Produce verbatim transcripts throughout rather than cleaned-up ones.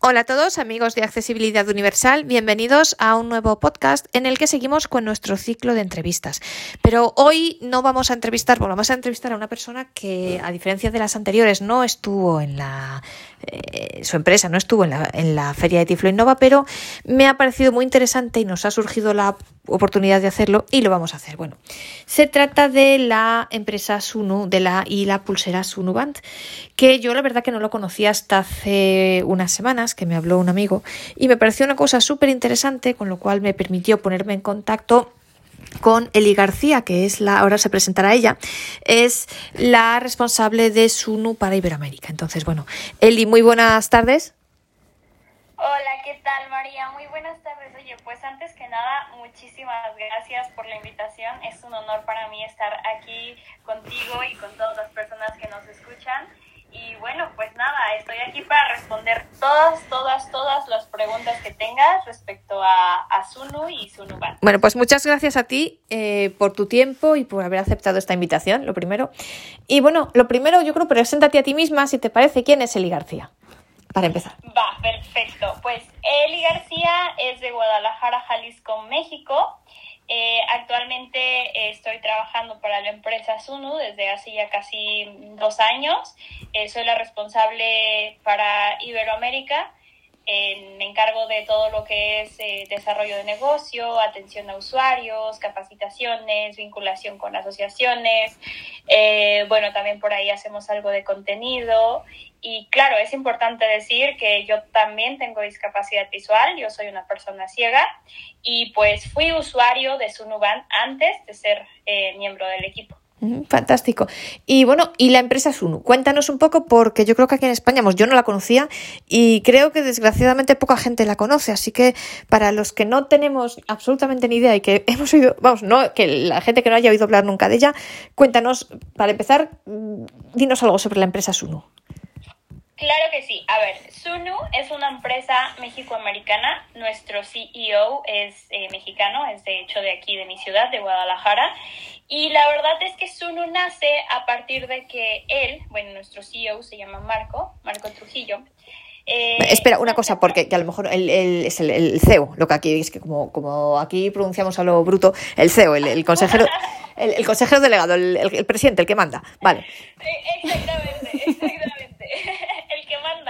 Hola a todos, amigos de Accesibilidad Universal, bienvenidos a un nuevo podcast en el que seguimos con nuestro ciclo de entrevistas. Pero hoy no vamos a entrevistar, bueno, vamos a entrevistar a una persona que, a diferencia de las anteriores, no estuvo en la, eh, su empresa no estuvo en la, en la feria de Tiflo Innova, pero me ha parecido muy interesante y nos ha surgido la oportunidad de hacerlo y lo vamos a hacer. Bueno, se trata de la empresa Sunu de la y la pulsera Sunu Band, que yo la verdad que no lo conocía hasta hace unas semanas, que me habló un amigo y me pareció una cosa súper interesante, con lo cual me permitió ponerme en contacto con Eli García, que es la, ahora se presentará ella, es la responsable de Sunu para Iberoamérica. Entonces, bueno, Eli, muy buenas tardes. Hola, ¿qué tal, María? Muy buenas tardes. Oye, pues antes que nada, muchísimas gracias por la invitación. Es un honor para mí estar aquí contigo y con todas las personas que nos escuchan. Y bueno, pues nada, estoy aquí para responder todas, todas, todas las preguntas que tengas respecto a, a Sunu y Sunu Band. Bueno, pues muchas gracias a ti eh, por tu tiempo y por haber aceptado esta invitación, lo primero. Y bueno, lo primero, yo creo, preséntate a ti misma, si te parece. ¿Quién es Eli García? Para empezar. Va, perfecto. Pues Eli García es de Guadalajara, Jalisco, México. Eh, actualmente eh, estoy trabajando para la empresa Sunu desde hace ya casi dos años. Eh, soy la responsable para Iberoamérica. Eh, me encargo de todo lo que es eh, desarrollo de negocio, atención a usuarios, capacitaciones, vinculación con asociaciones. Eh, bueno, también por ahí hacemos algo de contenido. Y claro, es importante decir que yo también tengo discapacidad visual, yo soy una persona ciega y pues fui usuario de Sunu Band antes de ser eh, miembro del equipo. Fantástico. Y bueno, y la empresa Sunu, cuéntanos un poco, porque yo creo que aquí en España, pues yo no la conocía y creo que desgraciadamente poca gente la conoce, así que para los que no tenemos absolutamente ni idea y que hemos oído, vamos, no, que la gente que no haya oído hablar nunca de ella, cuéntanos, para empezar, dinos algo sobre la empresa Sunu. Claro que sí. A ver, Sunu es una empresa mexicoamericana. Nuestro C E O es eh, mexicano, es de hecho de aquí, de mi ciudad, de Guadalajara. Y la verdad es que Sunu nace a partir de que él, bueno, nuestro C E O se llama Marco, Marco Trujillo. Eh, Espera, una cosa, porque que a lo mejor el, el, es el, el C E O, lo que aquí es que como, como aquí pronunciamos a lo bruto, el C E O, el, el consejero, el, el consejero delegado, el, el, el presidente, el que manda. Vale. Exactamente, exactamente. El que manda.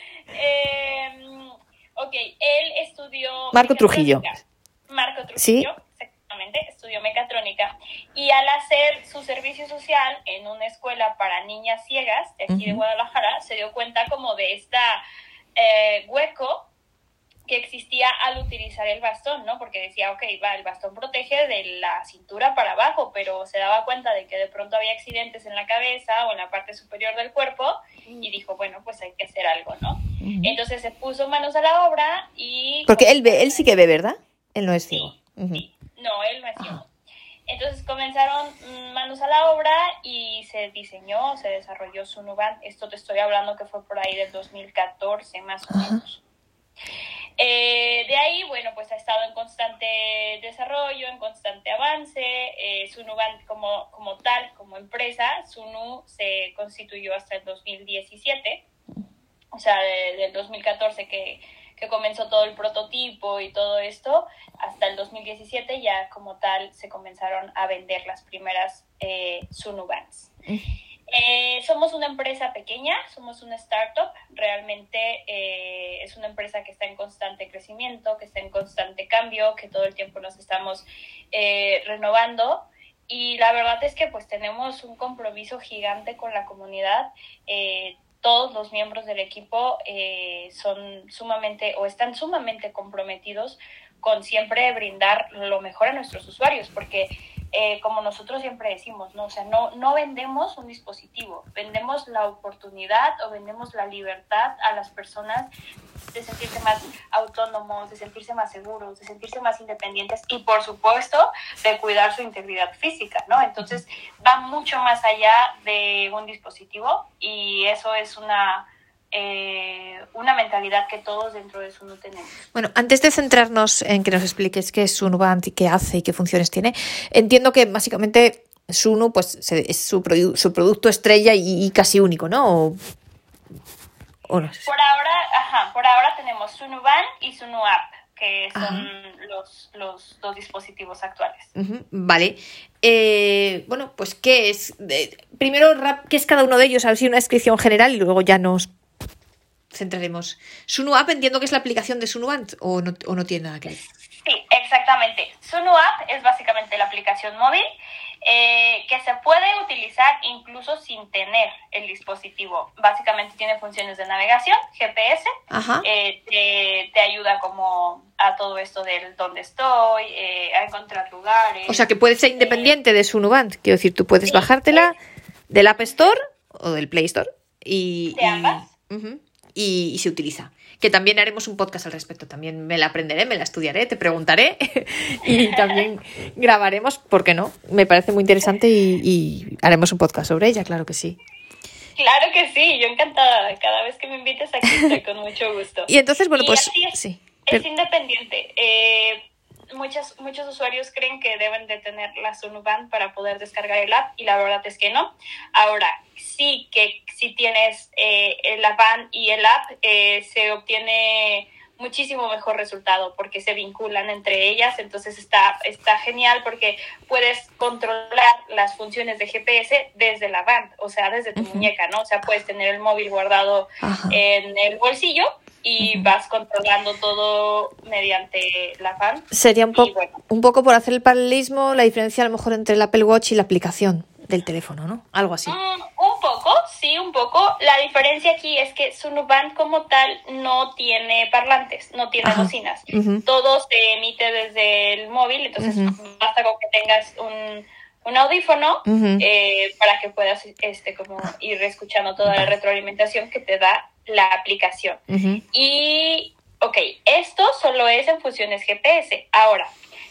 Eh, ok, él estudió... Marco Trujillo. Marco Trujillo, ¿sí? Exactamente, estudió mecatrónica. Y al hacer su servicio social en una escuela para niñas ciegas de aquí uh-huh. de Guadalajara, se dio cuenta como de esta eh, hueco que existía al utilizar el bastón, ¿no? Porque decía, ok, va, el bastón protege de la cintura para abajo, pero se daba cuenta de que de pronto había accidentes en la cabeza o en la parte superior del cuerpo y dijo, bueno, pues hay que hacer algo, ¿no? Uh-huh. Entonces se puso manos a la obra y... Porque él ve, él sí que ve, ¿verdad? Él no es ciego. Sí, uh-huh. sí. No, él no es ciego. Entonces comenzaron manos a la obra y se diseñó, se desarrolló Sunu Band. Esto te estoy hablando que fue por ahí del dos mil catorce, más o menos. Uh-huh. Eh, de ahí, bueno, pues ha estado en constante desarrollo, en constante avance. Eh, Sunu Band como, como tal, como empresa, Sunu se constituyó hasta el dos mil diecisiete, o sea, de, del dos mil catorce que, que comenzó todo el prototipo y todo esto, hasta el dos mil diecisiete ya como tal se comenzaron a vender las primeras eh, Sunu Bands. Eh, somos una empresa pequeña, somos una startup, realmente eh, es una empresa que está en constante crecimiento, que está en constante cambio, que todo el tiempo nos estamos eh, renovando y la verdad es que pues tenemos un compromiso gigante con la comunidad. Eh, todos los miembros del equipo eh, son sumamente o están sumamente comprometidos con siempre brindar lo mejor a nuestros usuarios, porque Eh, como nosotros siempre decimos, ¿no? O sea, no, no vendemos un dispositivo, vendemos la oportunidad o vendemos la libertad a las personas de sentirse más autónomos, de sentirse más seguros, de sentirse más independientes y, por supuesto, de cuidar su integridad física, ¿no? Entonces, va mucho más allá de un dispositivo y eso es una... Eh, una mentalidad que todos dentro de Sunu tenemos. Bueno, antes de centrarnos en que nos expliques qué es Sunu Band y qué hace y qué funciones tiene, entiendo que básicamente Sunu pues es su, su producto estrella y, y casi único, ¿no? O, o no sé. Por ahora, ajá, por ahora tenemos Sunuban y Sunuapp, que son los, los dos dispositivos actuales. Uh-huh, vale. Eh, bueno, pues ¿qué es? Eh, primero, ¿qué es cada uno de ellos? A ver si una descripción general y luego ya nos centraremos. Sunuapp entiendo que es la aplicación de Sunuban o no, o no tiene nada que ver. Sí, exactamente. Sunuapp es básicamente la aplicación móvil eh, que se puede utilizar incluso sin tener el dispositivo. Básicamente tiene funciones de navegación, G P S, eh, te, te ayuda como a todo esto del dónde estoy, eh, a encontrar lugares. O sea, que puede ser independiente eh, de Sunuban. Quiero decir, tú puedes sí, bajártela eh, del App Store o del Play Store y... De ambas. Y, uh-huh, y, y se utiliza. Que también haremos un podcast al respecto. También me la aprenderé, me la estudiaré, te preguntaré y también grabaremos, ¿por qué no? Me parece muy interesante y, y haremos un podcast sobre ella, claro que sí. Claro que sí, yo encantada. Cada vez que me invites aquí estoy con mucho gusto. Y entonces, bueno, y pues... Así es, sí. es independiente. Eh, muchos, muchos usuarios creen que deben de tener la Sunuban para poder descargar el app y la verdad es que no. Ahora, sí que si tienes eh, la van y el app, eh, se obtiene muchísimo mejor resultado porque se vinculan entre ellas, entonces está, está genial porque puedes controlar las funciones de G P S desde la van, o sea, desde tu uh-huh. muñeca, ¿no? O sea, puedes tener el móvil guardado uh-huh. en el bolsillo y uh-huh. vas controlando todo mediante la van. Sería un, po- bueno. un poco por hacer el paralelismo, la diferencia a lo mejor entre el Apple Watch y la aplicación del teléfono, ¿no? Algo así. Mm, un poco, sí, un poco. La diferencia aquí es que Sunuban como tal no tiene parlantes, no tiene Ajá. bocinas. Uh-huh. Todo se emite desde el móvil, entonces uh-huh. basta con que tengas un, un audífono uh-huh. eh, para que puedas este como ir escuchando toda la retroalimentación que te da la aplicación. Uh-huh. Y, ok, esto solo es en funciones G P S. Ahora,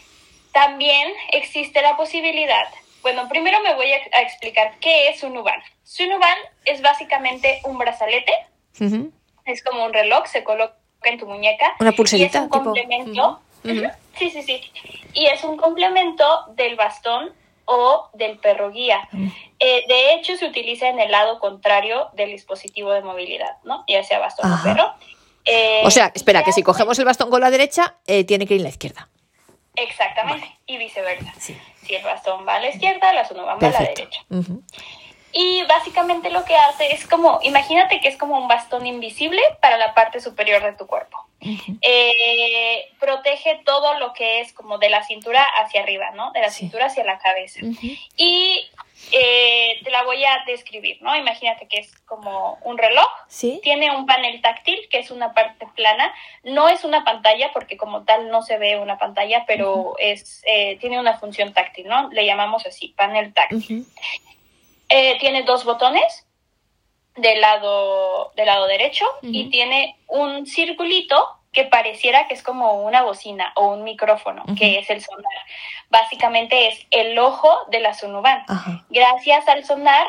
también existe la posibilidad. Bueno, primero me voy a, a explicar qué es Sunuban. Sunuban es básicamente un brazalete, uh-huh. es como un reloj, se coloca en tu muñeca. Una pulserita. Y es un complemento. Tipo... Uh-huh. Sí, sí, sí. Y es un complemento del bastón o del perro guía. Uh-huh. Eh, de hecho, se utiliza en el lado contrario del dispositivo de movilidad, ¿no? Ya sea bastón uh-huh. o perro. Eh, o sea, espera, que si cogemos el bastón con la derecha, eh, tiene que ir en la izquierda. Exactamente, vale. Y viceversa. Sí. Si el bastón va a la izquierda, la Sunuban va a la derecha. Uh-huh. Y básicamente lo que hace es como, imagínate que es como un bastón invisible para la parte superior de tu cuerpo. Uh-huh. Eh, protege todo lo que es como de la cintura hacia arriba, ¿no? De la sí. cintura hacia la cabeza. Uh-huh. Y eh, te la voy a describir, ¿no? Imagínate que es como un reloj. ¿Sí? Tiene un panel táctil, que es una parte plana. No es una pantalla, porque como tal no se ve una pantalla, pero uh-huh. es eh, tiene una función táctil, ¿no? Le llamamos así, panel táctil. Uh-huh. Eh, tiene dos botones del lado, del lado derecho uh-huh. y tiene un circulito que pareciera que es como una bocina o un micrófono, uh-huh. que es el sonar. Básicamente es el ojo de la Sunuban. Uh-huh. Gracias al sonar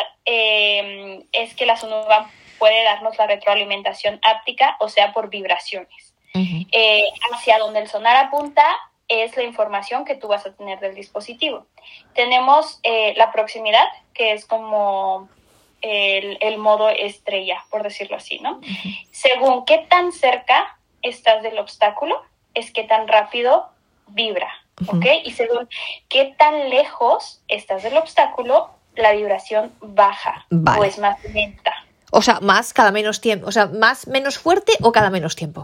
eh, es que la Sunuban puede darnos la retroalimentación áptica, o sea, por vibraciones. Uh-huh. Eh, hacia donde el sonar apunta es la información que tú vas a tener del dispositivo. Tenemos eh, la proximidad, que es como el, el modo estrella, por decirlo así, ¿no? Uh-huh. Según qué tan cerca estás del obstáculo, es qué tan rápido vibra, uh-huh. ¿ok? Y según qué tan lejos estás del obstáculo, la vibración baja vale. o es más lenta. O sea, más cada menos tiempo, o sea, más menos fuerte o cada menos tiempo.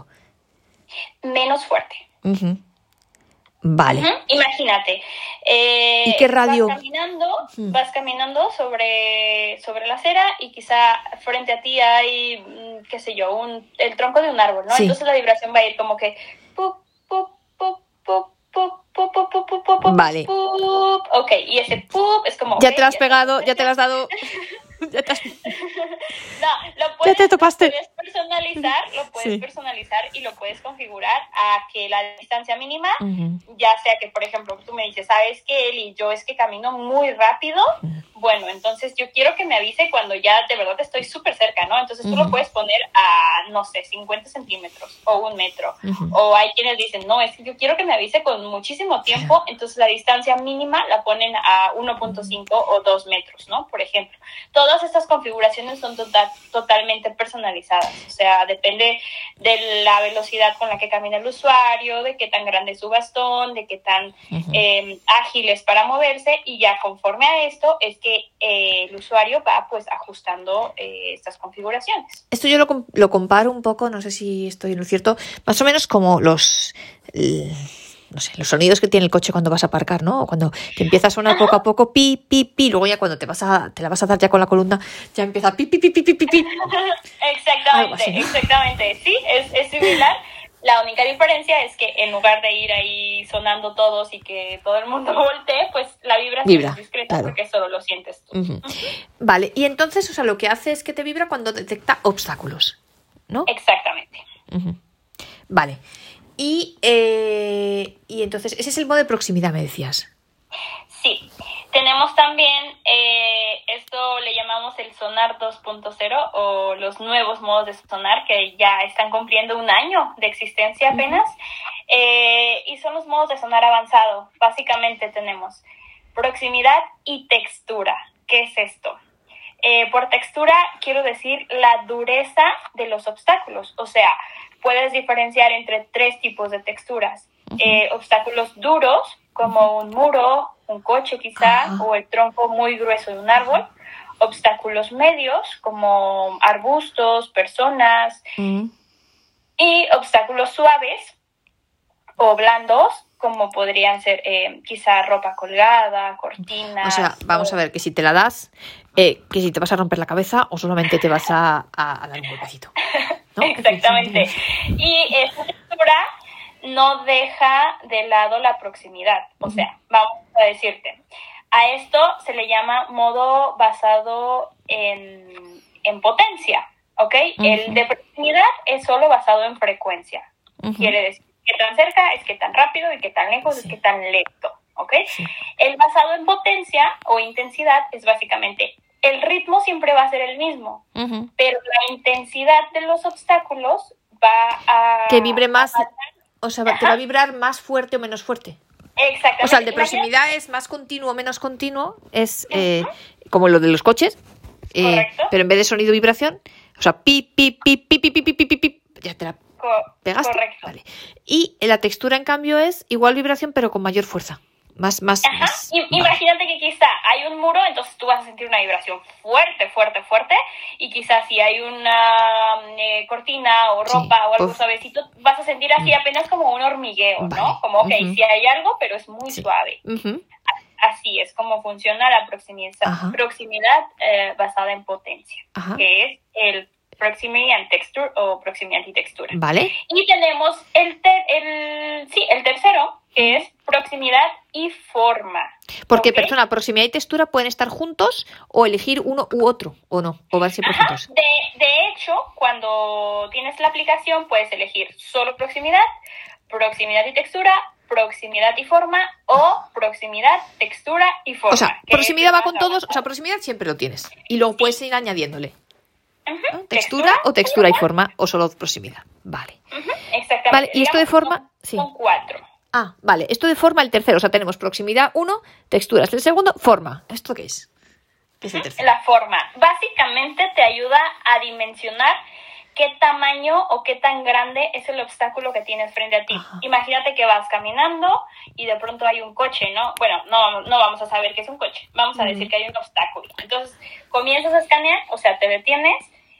Menos fuerte. Uh-huh. Vale. Uh-huh. Imagínate. Eh, ¿Y qué radio? Vas caminando, uh-huh. vas caminando sobre, sobre la acera y quizá frente a ti hay, qué sé yo, un, el tronco de un árbol, ¿no? Sí. Entonces la vibración va a ir como que pup, pup, pup, pup, pup, pup, pup, pup, pup, pup, vale. pup. Ok, y ese pup es como... Ya okay, te lo has ya pegado, ya te lo has dado... Ya te has... No, lo puedes, ya te topaste. Lo puedes personalizar, lo puedes sí. personalizar y lo puedes configurar a que la distancia mínima, uh-huh. ya sea que, por ejemplo, tú me dices, ¿sabes qué, Eli? Yo es que camino muy rápido. Uh-huh. Bueno, entonces yo quiero que me avise cuando ya de verdad estoy súper cerca, ¿no? Entonces uh-huh. tú lo puedes poner a, no sé, cincuenta centímetros o un metro. Uh-huh. O hay quienes dicen, no, es que yo quiero que me avise con muchísimo tiempo, entonces la distancia mínima la ponen a uno punto cinco uh-huh. o dos metros, ¿no? Por ejemplo. Todas estas configuraciones son total, totalmente personalizadas. O sea, depende de la velocidad con la que camina el usuario, de qué tan grande es su bastón, de qué tan uh-huh. eh, ágil es para moverse, y ya conforme a esto es que eh, el usuario va pues ajustando eh, estas configuraciones. Esto yo lo, lo comparo un poco, no sé si estoy en lo cierto, más o menos como los... El... no sé, los sonidos que tiene el coche cuando vas a aparcar, ¿no? O cuando te empieza a sonar poco a poco, pi, pi, pi, luego ya cuando te vas a, te la vas a dar ya con la columna, ya empieza pi, pi, pi, pi, pi, pi, pi. Exactamente, así, ¿no? Exactamente, sí, es, es similar. La única diferencia es que en lugar de ir ahí sonando todos y que todo el mundo voltee, pues la vibración Vibra, es discreta, claro. Porque solo lo sientes tú. Uh-huh. Uh-huh. Vale, y entonces, o sea, lo que hace es que te vibra cuando detecta obstáculos, ¿no? Exactamente. Uh-huh. Vale. Y, eh, y entonces, ese es el modo de proximidad, me decías. Sí. Tenemos también, eh, esto le llamamos el sonar dos punto cero o los nuevos modos de sonar que ya están cumpliendo un año de existencia apenas. Uh-huh. Eh, y son los modos de sonar avanzado. Básicamente tenemos proximidad y textura. ¿Qué es esto? Eh, por textura quiero decir la dureza de los obstáculos. O sea, puedes diferenciar entre tres tipos de texturas. Uh-huh. Eh, obstáculos duros, como un muro, un coche quizá, uh-huh. o el tronco muy grueso de un árbol. Obstáculos medios, como arbustos, personas. Uh-huh. Y obstáculos suaves o blandos, como podrían ser eh, quizá ropa colgada, cortinas. O sea, vamos o... a ver, que si te la das, eh, que si te vas a romper la cabeza o solamente te vas a, a, a dar un golpecito, ¿no? Exactamente. Y esta textura no deja de lado la proximidad. O sea, vamos a decirte, a esto se le llama modo basado en, en potencia, ¿ok? Uh-huh. El de proximidad es solo basado en frecuencia. Uh-huh. Quiere decir que tan cerca es que tan rápido y que tan lejos sí. es que tan lento, ¿ok? Sí. El basado en potencia o intensidad es básicamente el ritmo siempre va a ser el mismo, uh-huh. pero la intensidad de los obstáculos va a... Que vibre más, a... o sea, Ajá. te va a vibrar más fuerte o menos fuerte. Exactamente. O sea, el de proximidad Imagínate. es más continuo o menos continuo, es uh-huh. eh, como lo de los coches, eh, pero en vez de sonido vibración, o sea, pi, pi, pi, pi, pi, pi, pi, pi, pi, pi, ya te la pegaste. Correcto. Vale. Y la textura, en cambio, es igual vibración, pero con mayor fuerza. Más, más, Ajá. más. I- imagínate que quizá hay un muro, entonces tú vas a sentir una vibración fuerte, fuerte, fuerte, y quizás si hay una eh, cortina o ropa sí. o algo Uf. suavecito, vas a sentir así apenas como un hormigueo, vale. ¿no? Como, ok, uh-huh. sí hay algo, pero es muy sí. suave. Uh-huh. Así es como funciona la proximidad, uh-huh. proximidad eh, basada en potencia, uh-huh. que es el proximity and texture o proximidad y textura. Vale. Y tenemos el, ter- el, sí, el tercero, que es proximidad y forma. Porque, ¿okay? persona, proximidad y textura pueden estar juntos o elegir uno u otro, o no, o van siempre Ajá. juntos. De, de hecho, cuando tienes la aplicación, puedes elegir solo proximidad, proximidad y textura, proximidad y forma o proximidad, textura y forma. O sea, proximidad va con todos, o sea, proximidad siempre lo tienes. Y luego sí. puedes ir añadiéndole. Uh-huh. ¿No? ¿Textura, textura o textura forma. y forma o solo proximidad? Vale. Uh-huh. Exactamente. Vale, y esto de forma... Son, sí. son cuatro. Ah, vale. Esto de forma el tercero. O sea, tenemos proximidad uno, texturas el segundo, forma. ¿Esto qué es? ¿Qué es el tercero? La forma. Básicamente te ayuda a dimensionar qué tamaño o qué tan grande es el obstáculo que tienes frente a ti. Ajá. Imagínate que vas caminando y de pronto hay un coche, ¿no? Bueno, no, no vamos a saber qué es un coche. Vamos a uh-huh. decir que hay un obstáculo. Entonces, comienzas a escanear, o sea, te detienes,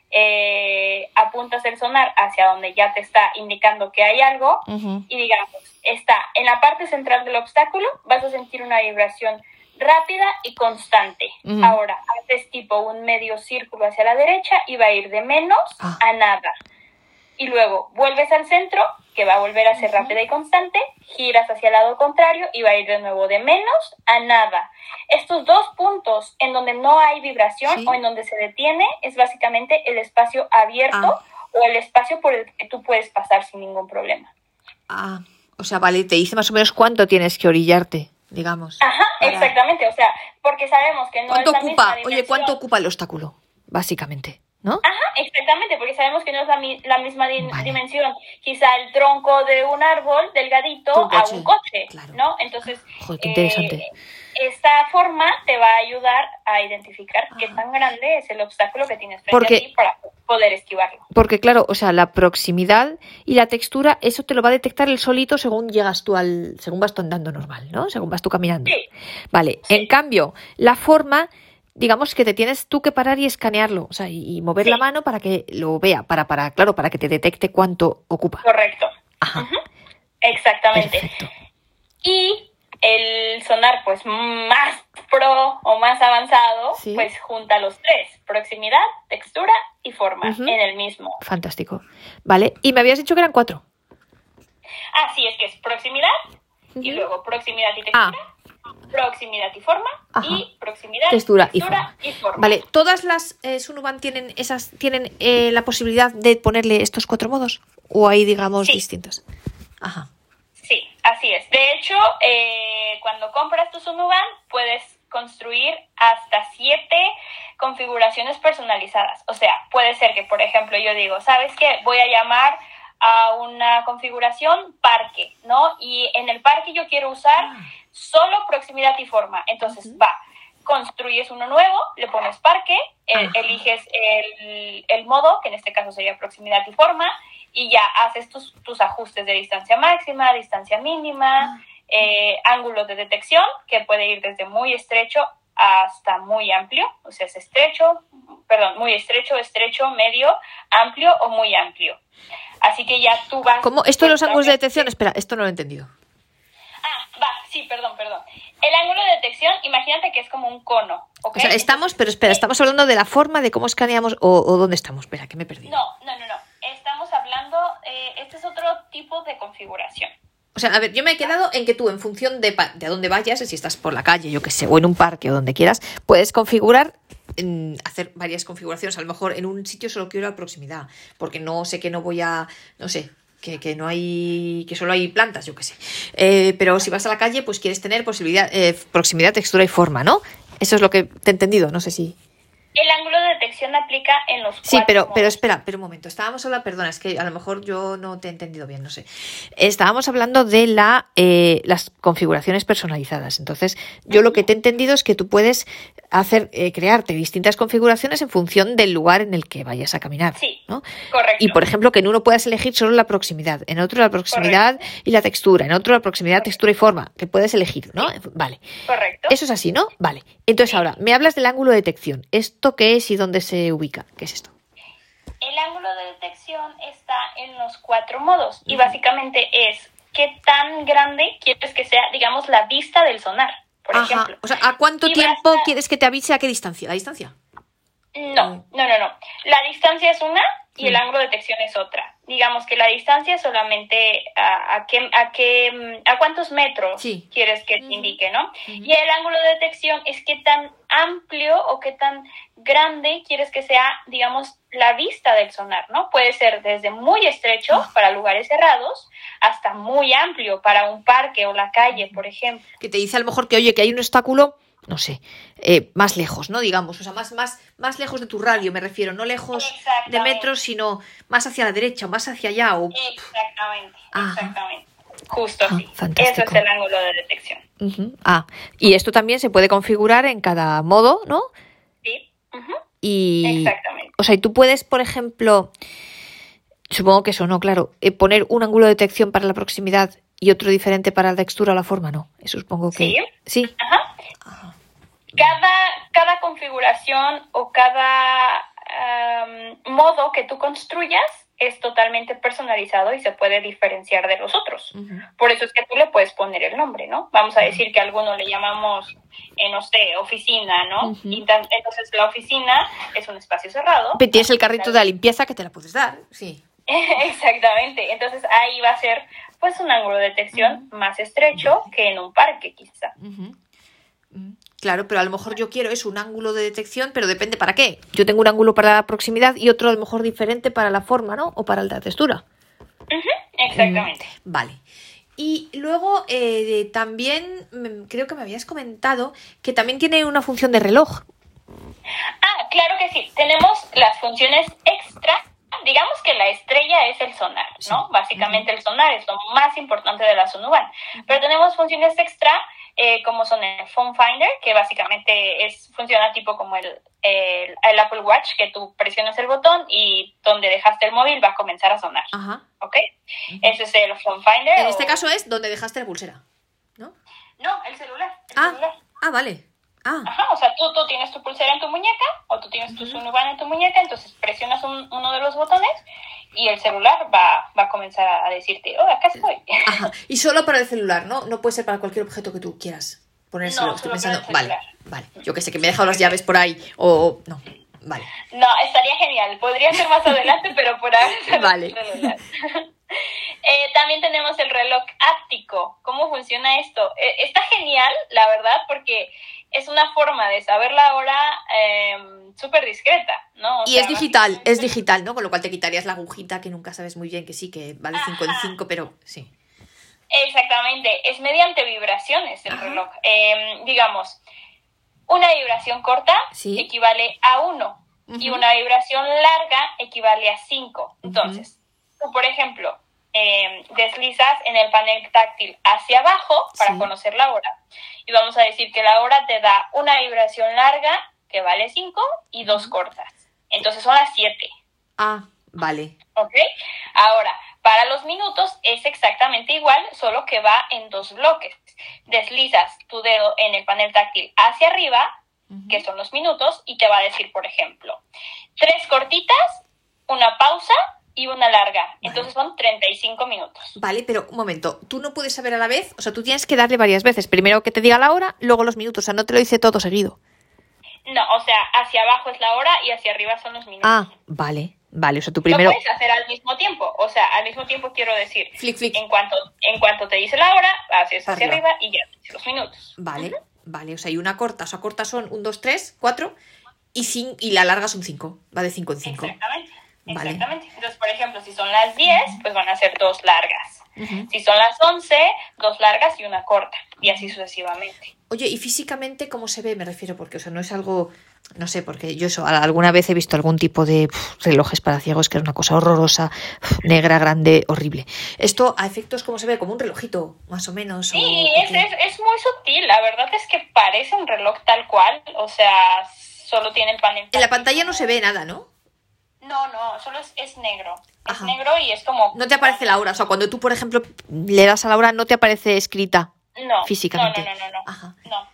eh, apuntas el sonar hacia donde ya te está indicando que hay algo uh-huh. y digamos, está en la parte central del obstáculo, vas a sentir una vibración rápida y constante. Uh-huh. Ahora, haces tipo un medio círculo hacia la derecha y va a ir de menos ah. a nada. Y luego vuelves al centro, que va a volver a ser uh-huh. rápida y constante, giras hacia el lado contrario y va a ir de nuevo de menos a nada. Estos dos puntos en donde no hay vibración ¿sí? o en donde se detiene es básicamente el espacio abierto ah. o el espacio por el que tú puedes pasar sin ningún problema. Ah, o sea, vale, te dice más o menos cuánto tienes que orillarte, digamos. Ajá, para... exactamente, o sea, porque sabemos que no ¿Cuánto es la ocupa? misma dimensión. Oye, ¿cuánto ocupa el obstáculo, básicamente? ¿no? Ajá, exactamente, porque sabemos que no es la, mi- la misma di- Vale. dimensión, quizá el tronco de un árbol delgadito Que un a coche, un coche, claro. ¿no? Entonces, Joder, qué interesante. eh, esta forma te va a ayudar a identificar qué tan grande es el obstáculo que tienes frente Porque- a ti para poder esquivarlo. Porque claro, o sea, la proximidad y la textura, eso te lo va a detectar el solito según llegas tú al, según vas tú andando normal, ¿no? Según vas tú caminando. Sí. Vale. Sí. En cambio, la forma, digamos que te tienes tú que parar y escanearlo, o sea, y, y mover Sí. la mano para que lo vea, para, para, claro, para que te detecte cuánto ocupa. Correcto. Ajá. Ujú. Exactamente. Perfecto. Y el sonar pues más pro o más avanzado, Sí. pues junta los tres: proximidad, textura y forma Ujú. en el mismo. Fantástico. Vale. Y me habías dicho que eran cuatro. Así es que es proximidad y Ujú. luego proximidad y textura, proximidad y forma Ajá. y proximidad, Textura y textura forma. y forma. Vale, ¿todas las eh, Sunuban tienen esas tienen eh, la posibilidad de ponerle estos cuatro modos? ¿O hay, digamos, Sí. distintos? Ajá. Sí, así es. De hecho, eh, cuando compras tu Sunuban, puedes construir hasta siete configuraciones personalizadas. O sea, puede ser que, por ejemplo, yo digo, ¿sabes qué? Voy a llamar a una configuración parque, ¿no? Y en el parque yo quiero usar solo proximidad y forma. Entonces, Ujú. va, construyes uno nuevo, le pones parque, el- Ajá. eliges el, el modo, que en este caso sería proximidad y forma, y ya haces tus, tus ajustes de distancia máxima, distancia mínima, eh, ángulo de detección, que puede ir desde muy estrecho hasta muy amplio, o sea, es estrecho, perdón, muy estrecho, estrecho, medio, amplio o muy amplio. Así que ya tú vas... ¿Cómo? Esto de los pues, ángulos de también- detección, espera, esto no lo he entendido. Ah, va, sí, perdón, perdón. El ángulo de detección, imagínate que es como un cono, ¿ok? O sea, estamos, pero espera, estamos hablando de la forma de cómo escaneamos o, o dónde estamos. Espera, que me he perdido. No, no, no, no. Estamos hablando, eh, este es otro tipo de configuración. O sea, a ver, yo me he quedado en que tú, en función de, pa- de a dónde vayas, si estás por la calle, yo que sé, o en un parque o donde quieras, puedes configurar, mm, hacer varias configuraciones. A lo mejor en un sitio solo quiero la proximidad, porque no sé que no voy a, no sé, que, que no hay, que solo hay plantas, yo que sé. Eh, pero si vas a la calle, pues quieres tener posibilidad, eh, proximidad, textura y forma, ¿no? Eso es lo que te he entendido, no sé si... El ángulo de detección aplica en los Sí, cuatro pero, modos. pero espera, pero un momento. Estábamos hablando, perdona, es que a lo mejor yo no te he entendido bien, no sé. Estábamos hablando de la, eh, las configuraciones personalizadas. Entonces, yo lo que te he entendido es que tú puedes hacer, eh, crearte distintas configuraciones en función del lugar en el que vayas a caminar, Sí, ¿no? correcto. Y por ejemplo, que en uno puedas elegir solo la proximidad, en otro la proximidad y la textura, en otro la proximidad, textura y forma, que puedes elegir, ¿no? Vale. Correcto. Eso es así, ¿no? Vale. Entonces ahora, me hablas del ángulo de detección. ¿Esto qué es y dónde se ubica? ¿Qué es esto? El ángulo de detección está en los cuatro modos y básicamente es qué tan grande quieres que sea, digamos, la vista del sonar, por Ajá. ejemplo. O sea, ¿a cuánto Y tiempo basta- quieres que te avise a qué distancia? ¿La distancia? No, no, no, no. La distancia es una y el Mm. ángulo de detección es otra. Digamos que la distancia es solamente a, a qué, a qué, a cuántos metros Sí. quieres que te Ujú. indique, ¿no? Ujú. Y el ángulo de detección es qué tan amplio o qué tan grande quieres que sea, digamos, la vista del sonar, ¿no? Puede ser desde muy estrecho Ah. para lugares cerrados hasta muy amplio para un parque o la calle, por ejemplo. Que te dice a lo mejor que, oye, que hay un obstáculo, no sé, eh, más lejos, ¿no? Digamos, o sea, más, más, más lejos de tu radio, me refiero, no lejos de Exactamente. metros, sino más hacia la derecha o más hacia allá. O... Exactamente, Ajá. exactamente. Justo Ah, así. fantástico. Eso es el ángulo de detección. Ujú. Ah, y esto también se puede configurar en cada modo, ¿no? Sí. Ujú. Y, Exactamente. o sea, y tú puedes, por ejemplo, supongo que eso no, claro, eh, poner un ángulo de detección para la proximidad y otro diferente para la textura o la forma, ¿no? Eso supongo que... Sí. Sí. Ajá. Ajá. Cada, cada configuración o cada um, modo que tú construyas es totalmente personalizado y se puede diferenciar de los otros. Ujú. Por eso es que tú le puedes poner el nombre, ¿no? Vamos a decir que a alguno le llamamos, eh, no sé, oficina, ¿no? Ujú. Y tan- entonces la oficina es un espacio cerrado. Pero tienes el carrito de la limpieza que te la puedes dar, sí. Exactamente. Entonces ahí va a ser pues un ángulo de detección más estrecho que en un parque, quizá. Ujú. Ujú. Claro, pero a lo mejor yo quiero es un ángulo de detección, pero depende para qué. Yo tengo un ángulo para la proximidad y otro a lo mejor diferente para la forma, ¿no? O para la textura. Ujú, exactamente. Mm, vale. Y luego eh, también mm, creo que me habías comentado que también tiene una función de reloj. Ah, claro que sí. Tenemos las funciones extra. Digamos que la estrella es el sonar, ¿no? Sí. Básicamente uh-huh. el sonar es lo más importante de la Sunuban. Uh-huh. Pero tenemos funciones extra, eh, como son el Phone Finder, que básicamente es funciona tipo como el, el, el Apple Watch, que tú presionas el botón y donde dejaste el móvil va a comenzar a sonar. Uh-huh. ¿Ok? Uh-huh. Ese es el Phone Finder. En o... este caso es donde dejaste la pulsera, ¿no? No, el celular. El ah. celular. ah, vale. Ah. Ajá, o sea, tú, tú tienes tu pulsera en tu muñeca o tú tienes tu uh-huh. Sunuban en tu muñeca, entonces presionas un, uno de los botones y el celular va, va a comenzar a decirte, oh, acá estoy. Ajá, y solo para el celular, ¿no? No puede ser para cualquier objeto que tú quieras ponérselo. No, estoy solo pensando, para el vale, vale, yo que sé, que me he dejado las llaves por ahí o no, vale. No, estaría genial, podría ser más adelante, pero por ahora vale. Eh, también tenemos el reloj áptico. ¿Cómo funciona esto? Eh, está genial, la verdad, porque es una forma de saber la hora eh, súper discreta, ¿no? O y sea, es digital, es digital, ¿no? Con lo cual te quitarías la agujita que nunca sabes muy bien que sí, que vale cinco en cinco, pero sí. Exactamente, es mediante vibraciones el Ajá. reloj. Eh, digamos, una vibración corta ¿Sí? equivale a uno uh-huh. y una vibración larga equivale a cinco. Entonces, uh-huh. tú, por ejemplo, eh, deslizas en el panel táctil hacia abajo para sí. conocer la hora. Y vamos a decir que la hora te da una vibración larga, que vale cinco, y dos uh-huh. cortas. Entonces son las siete. Ah, vale. ¿Ok? Ahora, para los minutos es exactamente igual, solo que va en dos bloques. Deslizas tu dedo en el panel táctil hacia arriba, uh-huh. que son los minutos, y te va a decir, por ejemplo, tres cortitas, una pausa y una larga. Vale. Entonces son treinta y cinco minutos. Vale, pero un momento, tú no puedes saber a la vez, o sea, tú tienes que darle varias veces. Primero que te diga la hora, luego los minutos, o sea, no te lo dice todo seguido. No, o sea, hacia abajo es la hora y hacia arriba son los minutos. Ah, vale, vale, o sea, tú primero... Lo puedes hacer al mismo tiempo, o sea, al mismo tiempo quiero decir, flick, flick. En cuanto en cuanto te dice la hora, haces hacia arriba, arriba y ya, los minutos. Vale, uh-huh. vale, o sea, y una corta, o sea, cortas son un, dos, tres, cuatro y, cinco, y la larga son cinco, va de cinco en cinco. Exactamente. Vale. Exactamente. Entonces, por ejemplo, si son las diez, pues van a ser dos largas. Uh-huh. Si son las once, dos largas y una corta. Y así sucesivamente. Oye, ¿y físicamente cómo se ve? Me refiero, porque, o sea, no es algo... No sé, porque yo eso, alguna vez he visto algún tipo de pff, relojes para ciegos que era una cosa horrorosa, pff, negra, grande, horrible. ¿Esto a efectos cómo se ve? ¿Como un relojito, más o menos? Sí, o, es, es, es muy sutil. La verdad es que parece un reloj tal cual. O sea, solo tiene el panel. En la pantalla no se ve nada, ¿no? No, no, solo es, es negro. Ajá. Es negro y es como... No te aparece la hora, o sea, cuando tú, por ejemplo, le das a la hora, no te aparece escrita no, físicamente. No, no, no, no, no. Ajá. no.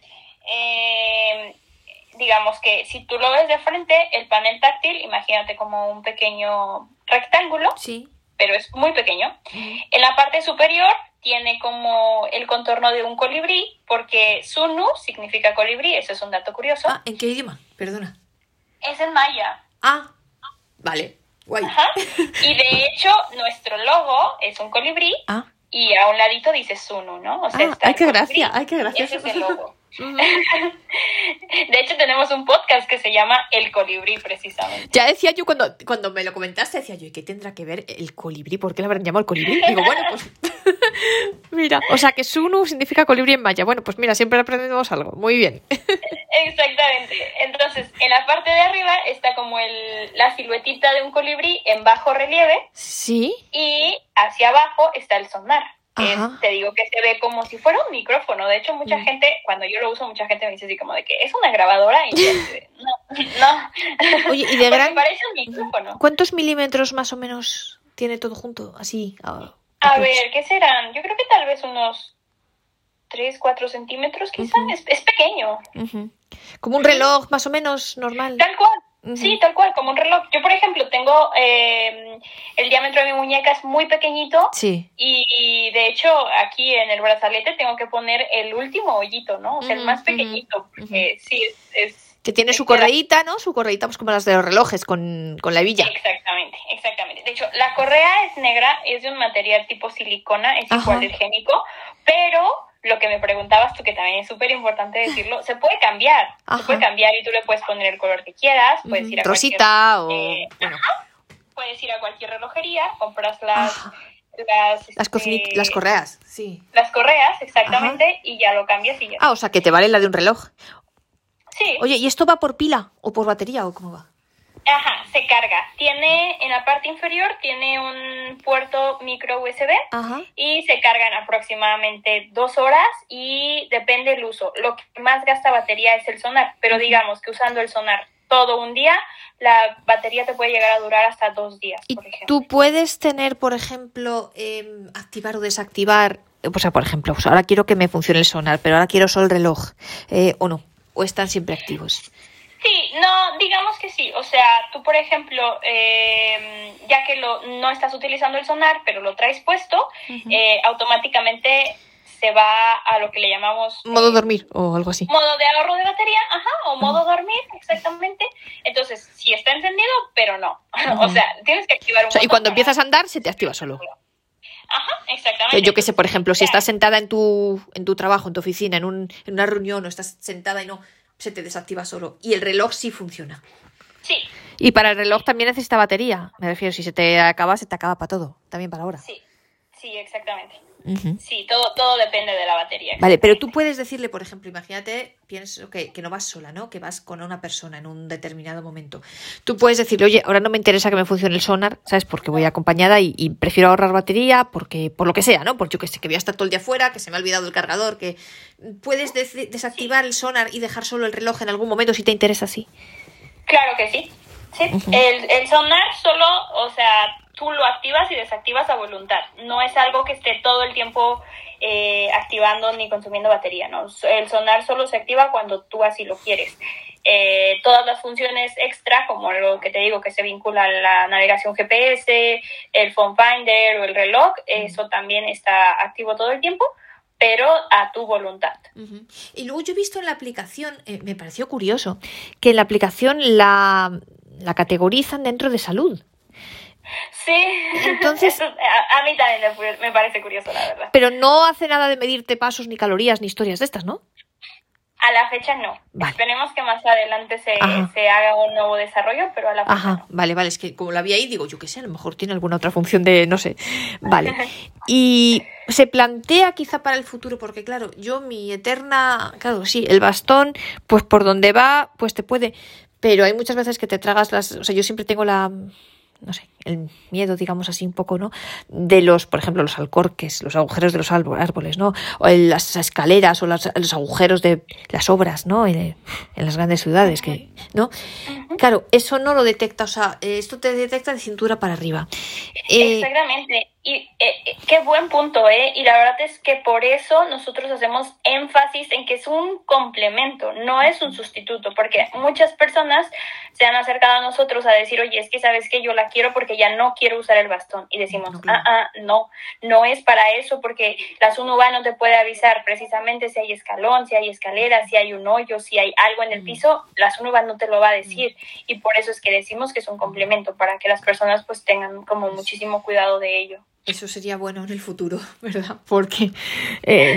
Eh, digamos que si tú lo ves de frente, el panel táctil, imagínate como un pequeño rectángulo, sí. pero es muy pequeño. Uh-huh. En la parte superior tiene como el contorno de un colibrí, porque Sunu significa colibrí, eso es un dato curioso. Ah, ¿en qué idioma? Perdona. Es en maya. Ah, vale, guay. Ajá. Y de hecho, nuestro logo es un colibrí ah. y a un ladito dice Sunu, ¿no? O sea, ah, ay, qué gracia, ay, qué gracia. Ese es el logo. De hecho, tenemos un podcast que se llama El Colibrí, precisamente. Ya decía yo, cuando, cuando me lo comentaste, decía yo, ¿y qué tendrá que ver el colibrí? ¿Por qué le habrán llamado el colibrí? Digo, bueno, pues... mira, o sea, que Sunu significa colibrí en maya. Bueno, pues mira, siempre aprendemos algo. Muy bien. Exactamente. Entonces, en la parte de arriba está como el, la siluetita de un colibrí en bajo relieve. Sí. Y hacia abajo está el sonar. Es, te digo que se ve como si fuera un micrófono. De hecho, mucha mm. gente, cuando yo lo uso, mucha gente me dice así como de que es una grabadora. Y yo dice, no, no. Oye, y de gran... parece un micrófono. ¿Cuántos milímetros más o menos tiene todo junto? Así. A, a ver, ¿qué serán? Yo creo que tal vez unos tres, cuatro centímetros, quizá. Uh-huh. Es, es pequeño. Uh-huh. Como un reloj más o menos normal. Tal cual. Uh-huh. Sí, tal cual, como un reloj. Yo, por ejemplo, tengo eh, el diámetro de mi muñeca es muy pequeñito. Sí. Y, y de hecho, aquí en el brazalete tengo que poner el último hoyito, ¿no? O sea, uh-huh, el más pequeñito. Porque uh-huh. sí, es... es que tiene su correíta, ¿no? Su correíta, pues como las de los relojes, con, con la hebilla. Exactamente, exactamente. De hecho, la correa es negra, es de un material tipo silicona, es hipoalergénico, pero... Lo que me preguntabas tú, que también es súper importante decirlo, se puede cambiar. Ajá. Se puede cambiar y tú le puedes poner el color que quieras. Puedes ir a Rosita cualquier, o... Eh, bueno. Puedes ir a cualquier relojería, compras las... Las, las, este, las correas, sí. Las correas, exactamente, ajá. Y ya lo cambias y ya. Ah, o sea, que te vale la de un reloj. Sí. Oye, ¿y esto va por pila o por batería o cómo va? Ajá, se carga. Tiene, en la parte inferior, tiene un puerto micro U S B. Ajá. Y se carga en aproximadamente dos horas y depende del uso. Lo que más gasta batería es el sonar, pero digamos que usando el sonar todo un día, la batería te puede llegar a durar hasta dos días, ¿Y por ejemplo. tú puedes tener, por ejemplo, eh, activar o desactivar? O sea, por ejemplo, pues ahora quiero que me funcione el sonar, pero ahora quiero solo el reloj, eh, ¿o no? ¿O están siempre activos? Sí, no, digamos que sí. O sea, tú, por ejemplo, eh, ya que lo, no estás utilizando el sonar, pero lo traes puesto, uh-huh. eh, automáticamente se va a lo que le llamamos... Modo eh, dormir o algo así. Modo de ahorro de batería, ajá, o modo uh-huh. dormir, exactamente. Entonces, sí está encendido, pero no. Uh-huh. O sea, tienes que activar un o sea, y cuando para... empiezas a andar, se te activa solo. Ajá, exactamente. Yo que sé, por ejemplo, si estás sentada en tu, en tu trabajo, en tu oficina, en, un, en una reunión, o estás sentada y no... se te desactiva solo. Y el reloj sí funciona. Sí. Y para el reloj también necesita batería. Me refiero, si se te acaba, se te acaba para todo. También para ahora. Sí, sí, exactamente. Uh-huh. Sí, todo, todo depende de la batería. Vale, pero tú puedes decirle, por ejemplo, imagínate, pienso que, que no vas sola, ¿no? Que vas con una persona en un determinado momento. Tú puedes decirle, oye, ahora no me interesa que me funcione el sonar, ¿sabes? Porque voy acompañada y, y prefiero ahorrar batería, porque por lo que sea, ¿no? Porque yo que sé, que voy a estar todo el día fuera, que se me ha olvidado el cargador, que puedes des- desactivar sí. el sonar y dejar solo el reloj en algún momento si te interesa así. Claro que sí. Sí, uh-huh. el, el sonar solo, o sea, tú lo activas y desactivas a voluntad. No es algo que esté todo el tiempo eh, activando ni consumiendo batería, ¿no? El sonar solo se activa cuando tú así lo quieres. Eh, todas las funciones extra, como lo que te digo, que se vincula a la navegación G P S, el phone finder o el reloj, eso también está activo todo el tiempo, pero a tu voluntad. Uh-huh. Y luego yo he visto en la aplicación, eh, me pareció curioso, que en la aplicación la, la categorizan dentro de salud. Sí, entonces Eso, a, a mí también me, me parece curioso, la verdad. Pero no hace nada de medirte pasos, ni calorías, ni historias de estas, ¿no? A la fecha no. Vale. Esperemos que más adelante se, se haga un nuevo desarrollo, pero a la fecha Ajá. no. Vale, vale, es que como la vi ahí, digo, yo qué sé, a lo mejor tiene alguna otra función de, no sé. Vale. Y se plantea quizá para el futuro, porque claro, yo mi eterna, claro, sí, el bastón, pues por donde va, pues te puede, pero hay muchas veces que te tragas las, o sea, yo siempre tengo la... no sé, el miedo, digamos así un poco, ¿no? De los, por ejemplo, los alcorques, los agujeros de los árboles, ¿no? O en las escaleras o las, los agujeros de las obras, ¿no? En, en las grandes ciudades, que, ¿no? Claro, eso no lo detecta, o sea, esto te detecta de cintura para arriba. Eh, Exactamente. Y eh, qué buen punto, ¿eh? Y la verdad es que por eso nosotros hacemos énfasis en que es un complemento, no es un sustituto, porque muchas personas se han acercado a nosotros a decir, oye, es que sabes que yo la quiero porque ya no quiero usar el bastón. Y decimos, no, claro. ah, ah, no, no es para eso, porque la Sunuba no te puede avisar precisamente si hay escalón, si hay escalera, si hay un hoyo, si hay algo en el piso, la Sunuba no te lo va a decir. Y por eso es que decimos que es un complemento, para que las personas pues tengan como muchísimo cuidado de ello. Eso sería bueno en el futuro, ¿verdad? Porque, eh,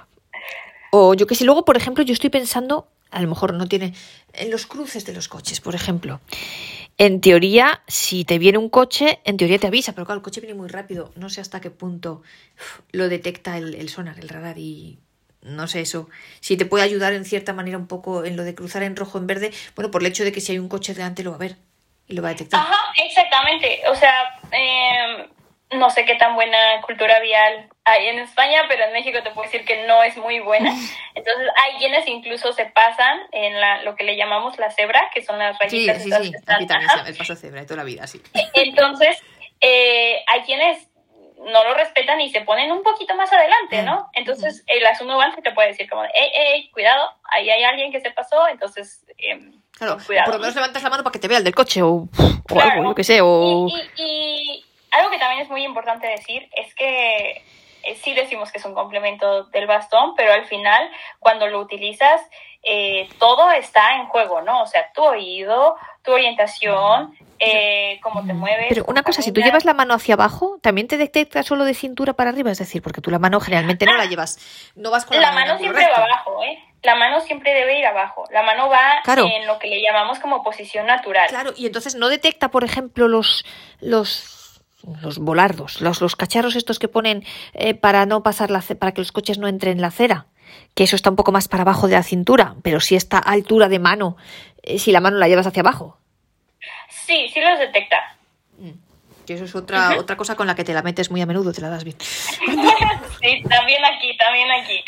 o yo que sé, luego, por ejemplo, yo estoy pensando, a lo mejor no tiene, en los cruces de los coches, por ejemplo. En teoría, si te viene un coche, en teoría te avisa, pero claro, el coche viene muy rápido. No sé hasta qué punto uf, lo detecta el, el sonar, el radar y... No sé eso, si te puede ayudar en cierta manera un poco en lo de cruzar en rojo en verde, bueno, por el hecho de que si hay un coche delante lo va a ver y lo va a detectar. Ajá, exactamente, o sea, eh, no sé qué tan buena cultura vial hay en España, pero en México te puedo decir que no es muy buena. Entonces hay quienes incluso se pasan en la, lo que le llamamos la cebra, que son las rayitas. Sí, sí, sí, aquí también se me pasa cebra de toda la vida, sí. Entonces, eh, hay quienes no lo respetan y se ponen un poquito más adelante, ¿no? Entonces, el asunto antes te puede decir como, hey, hey, cuidado, ahí hay alguien que se pasó, entonces, eh, claro, cuidado. Por lo menos levantas la mano para que te vea el del coche o, o claro. algo, yo qué sé, o... Y, y, y algo que también es muy importante decir es que eh, sí decimos que es un complemento del bastón, pero al final, cuando lo utilizas, eh, todo está en juego, ¿no? O sea, tu oído, tu orientación... Eh, cómo te mueves. Pero una cosa, caminas. Si tú llevas la mano hacia abajo, ¿también te detecta solo de cintura para arriba? Es decir, porque tú la mano generalmente ah, no la llevas, no vas con la, la mano. La mano siempre va abajo, ¿eh? La mano siempre debe ir abajo. La mano va claro. en lo que le llamamos como posición natural. Claro, y entonces no detecta, por ejemplo, los los los volardos, los, los cacharros estos que ponen eh, para no pasar la para que los coches no entren en la acera. que eso está un poco más para abajo de la cintura, pero sí está a altura de mano, eh, si la mano la llevas hacia abajo. Sí, sí los detecta. Que eso es otra uh-huh. otra cosa con la que te la metes muy a menudo, te la das bien. Sí, también aquí, también aquí.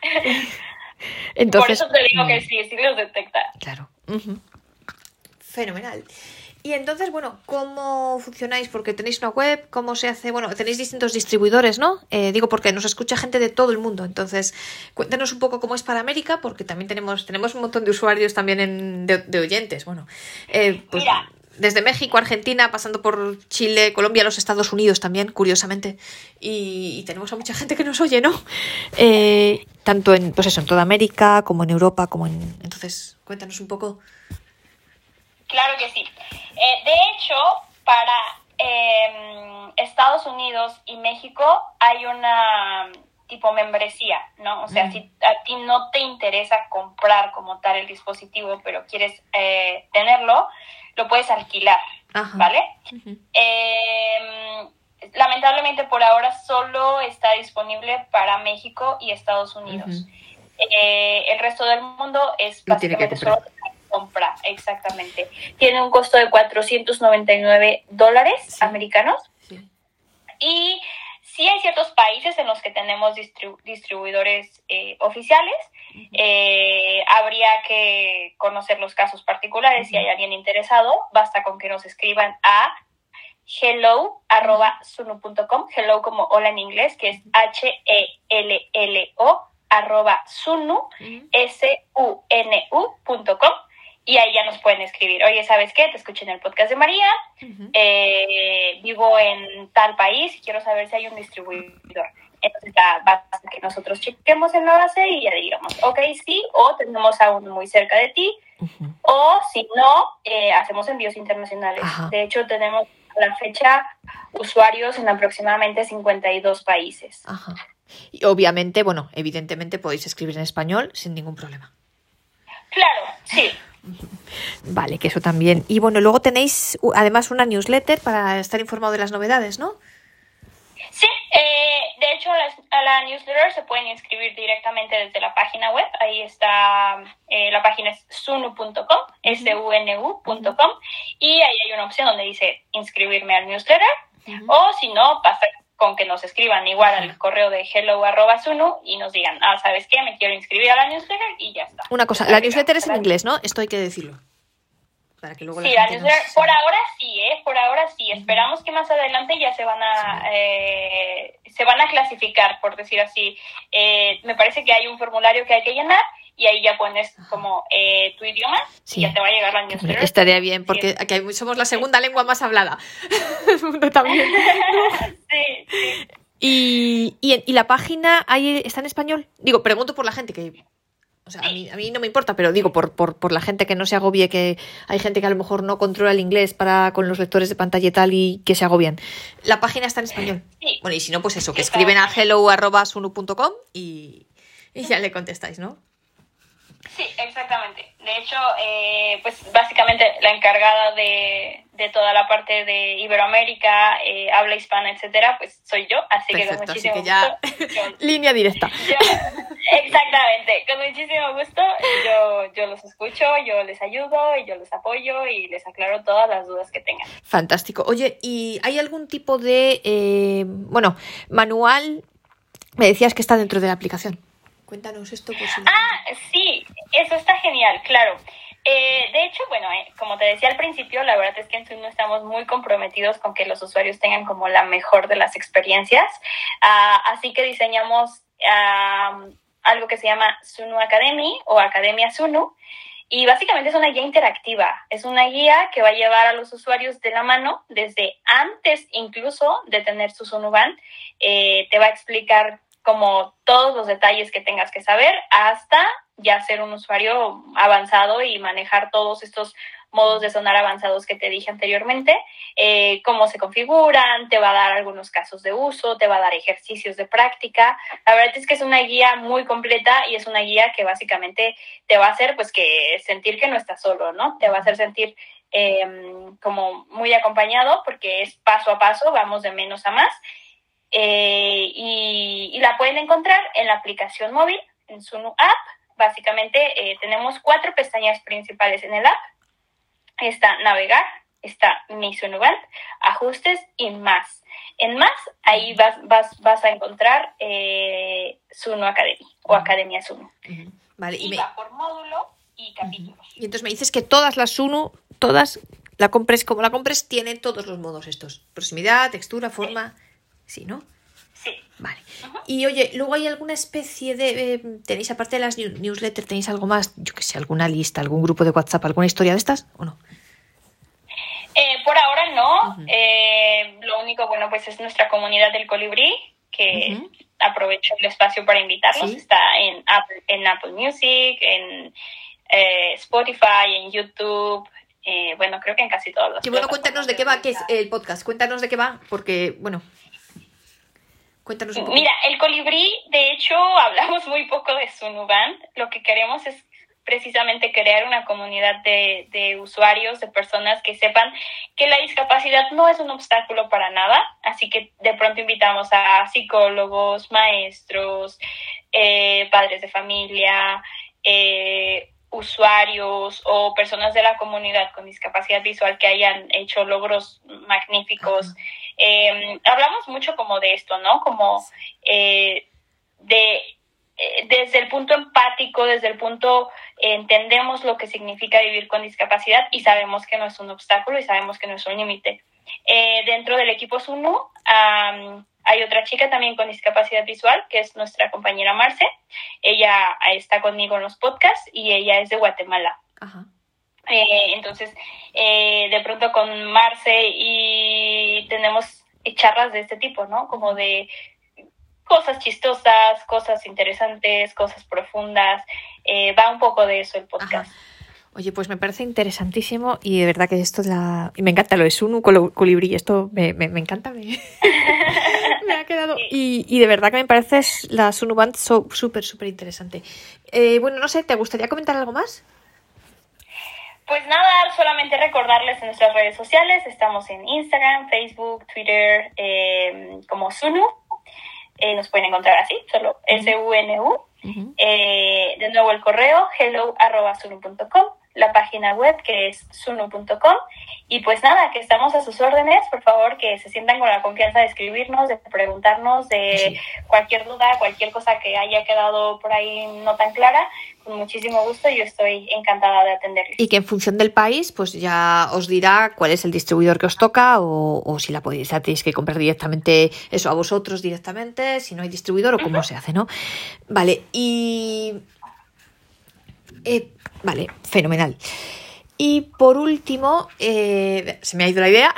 Entonces, por eso te digo que sí, sí los detecta. Claro. Uh-huh. Fenomenal. Y entonces, bueno, ¿cómo funcionáis? Porque tenéis una web, ¿cómo se hace? Bueno, tenéis distintos distribuidores, ¿no? Eh, digo, porque nos escucha gente de todo el mundo. Entonces, cuéntanos un poco cómo es para América, porque también tenemos tenemos un montón de usuarios también en, de, de oyentes. Bueno, eh, pues Mira. desde México, Argentina, pasando por Chile, Colombia, los Estados Unidos también, curiosamente. Y, y tenemos a mucha gente que nos oye, ¿no? Eh, tanto en, pues eso, en toda América, como en Europa, como en... Entonces, cuéntanos un poco... Claro que sí. Eh, de hecho, para eh, Estados Unidos y México hay una tipo membresía, ¿no? O sea, mm. si a ti no te interesa comprar como tal el dispositivo, pero quieres eh, tenerlo, lo puedes alquilar, Ajá. ¿vale? Uh-huh. Eh, lamentablemente por ahora solo está disponible para México y Estados Unidos. Uh-huh. Eh, el resto del mundo es básicamente solo compra, exactamente. Tiene un costo de cuatrocientos noventa y nueve dólares sí. americanos. Sí. Y sí hay ciertos países en los que tenemos distribu- distribuidores eh, oficiales. Uh-huh. Eh, habría que conocer los casos particulares. Uh-huh. Si hay alguien interesado, basta con que nos escriban a hello arroba sunu punto com, hello como hola en inglés, que es H E L L O arroba sunu, uh-huh. S U N U punto com. Y ahí ya nos pueden escribir, oye, ¿sabes qué? Te escuché en el podcast de María, uh-huh. eh, vivo en tal país y quiero saber si hay un distribuidor. Entonces ya basta que nosotros chequemos en la base y ya digamos, ok, sí, o tenemos a uno muy cerca de ti, uh-huh. o si no, eh, hacemos envíos internacionales. Uh-huh. De hecho, tenemos a la fecha usuarios en aproximadamente cincuenta y dos países. Uh-huh. Y obviamente, bueno, evidentemente podéis escribir en español sin ningún problema. Claro, sí. Vale, que eso también. Y bueno, luego tenéis además una newsletter para estar informado de las novedades, ¿no? Sí, eh, de hecho a la, a la newsletter se pueden inscribir directamente desde la página web. Ahí está, eh, la página es sunu punto com, uh-huh. S U N U punto com, uh-huh. y ahí hay una opción donde dice inscribirme al newsletter, uh-huh. o si no, pasa con que nos escriban igual uh-huh. al correo de hello arroba sunu y nos digan, ah, ¿sabes qué? Me quiero inscribir a la newsletter y ya está. Una cosa, la newsletter es en inglés, ¿no? Esto hay que decirlo. Para que luego sí, la la newsletter, nos... por ahora sí, ¿eh? Por ahora sí. Uh-huh. Esperamos que más adelante ya se van a sí. eh, se van a clasificar, por decir así. Eh, me parece que hay un formulario que hay que llenar y ahí ya pones como eh, tu idioma sí. y ya te va a llegar la newsletter. Estaría bien, porque sí. aquí somos la segunda lengua más hablada del mundo también. ¿No? Sí, sí. Y, y, y la página ahí está en español. Digo, pregunto por la gente que... O sea, a mí, a mí no me importa, pero digo, por, por, por la gente que no se agobie, que hay gente que a lo mejor no controla el inglés para con los lectores de pantalla y tal y que se agobian. La página está en español. Sí. Bueno, y si no, pues eso, que escriben a hello arroba sunu punto com y, y ya le contestáis, ¿no? Sí, exactamente. De hecho, eh, pues básicamente la encargada de, de toda la parte de Iberoamérica, eh, habla hispana, etcétera, pues soy yo, así Perfecto, que con muchísimo así que ya... gusto. Yo, línea directa. Yo, exactamente, con muchísimo gusto. Yo, yo los escucho, yo les ayudo, y yo les apoyo y les aclaro todas las dudas que tengan. Fantástico. Oye, ¿y hay algún tipo de, eh, bueno, manual? Me decías que está dentro de la aplicación. Cuéntanos esto. Por si ah, sí, eso está genial, claro. Eh, de hecho, bueno, eh, como te decía al principio, la verdad es que en Sunu estamos muy comprometidos con que los usuarios tengan como la mejor de las experiencias. Uh, así que diseñamos uh, algo que se llama Sunu Academy o Academia Sunu. Y básicamente es una guía interactiva. Es una guía que va a llevar a los usuarios de la mano desde antes incluso de tener su Sunu Van. Eh, te va a explicar como todos los detalles que tengas que saber hasta ya ser un usuario avanzado y manejar todos estos modos de sonar avanzados que te dije anteriormente, eh, cómo se configuran, te va a dar algunos casos de uso, te va a dar ejercicios de práctica. La verdad es que es una guía muy completa y es una guía que básicamente te va a hacer pues que sentir que no estás solo, ¿no? Te va a hacer sentir eh, como muy acompañado porque es paso a paso, vamos de menos a más. Eh, y, y la pueden encontrar en la aplicación móvil en Sunu App, básicamente eh, tenemos cuatro pestañas principales en el app. Está navegar, está Mi Sunuband, ajustes y más. En más, ahí vas, vas, vas a encontrar eh, Sunu Academy o Academia Sunu. Uh-huh. Vale, y, y me... va por módulo y capítulos. Uh-huh. Y entonces me dices que todas las Sunu, todas, la compres como la compres, tienen todos los modos estos. Proximidad, textura, forma... Sí, ¿sí, ¿no? Sí. Vale. Uh-huh. Y oye, ¿luego hay alguna especie de... Eh, tenéis, aparte de las new- newsletters, tenéis algo más? Yo qué sé, alguna lista, algún grupo de WhatsApp, alguna historia de estas o no? Eh, por ahora no. Uh-huh. Eh, lo único, bueno, pues es nuestra comunidad del Colibrí, que uh-huh. aprovecho el espacio para invitarlos. ¿Sí? Está en Apple, en Apple Music, en eh, Spotify, en YouTube. Eh, bueno, creo que en casi todas las Qué bueno, cuéntanos de qué va, que es el podcast. Cuéntanos de qué va, porque, bueno... Cuéntanos un poco. Mira, el Colibrí, de hecho, hablamos muy poco de Sunuband. Lo que queremos es precisamente crear una comunidad de, de usuarios, de personas que sepan que la discapacidad no es un obstáculo para nada. Así que de pronto invitamos a psicólogos, maestros, eh, padres de familia, eh, usuarios o personas de la comunidad con discapacidad visual que hayan hecho logros magníficos. Uh-huh. Eh, hablamos mucho como de esto, ¿no? Como eh, de eh, desde el punto empático, desde el punto eh, entendemos lo que significa vivir con discapacidad y sabemos que no es un obstáculo y sabemos que no es un límite. Eh, dentro del equipo Sunu um, hay otra chica también con discapacidad visual, que es nuestra compañera Marce. Ella está conmigo en los podcasts y ella es de Guatemala. Ajá. Eh, entonces, eh, de pronto con Marce y tenemos charlas de este tipo, ¿no? Como de cosas chistosas, cosas interesantes, cosas profundas. Eh, va un poco de eso el podcast. Ajá. Oye, pues me parece interesantísimo y de verdad que esto es la... Y me encanta lo de Sunu, Colibrí, esto me, me, me encanta, me... me ha quedado... Y, y de verdad que me parece la Sunuband súper, súper interesante. Eh, bueno, no sé, ¿te gustaría comentar algo más? Pues nada, solamente recordarles en nuestras redes sociales, estamos en Instagram, Facebook, Twitter, eh, como Sunu, eh, nos pueden encontrar así, solo uh-huh. S U N U, uh-huh. eh, de nuevo el correo, hello arroba sunu punto com, la página web que es sunu punto com, y pues nada, que estamos a sus órdenes, por favor que se sientan con la confianza de escribirnos, de preguntarnos, de sí. cualquier duda, cualquier cosa que haya quedado por ahí no tan clara, con muchísimo gusto, yo estoy encantada de atenderles. Y que en función del país, pues ya os dirá cuál es el distribuidor que os toca o, o si la podéis, la tenéis que comprar directamente, eso, a vosotros directamente, si no hay distribuidor o cómo uh-huh. se hace, ¿no? Vale, y... Eh, vale, fenomenal. Y por último, eh, se me ha ido la idea.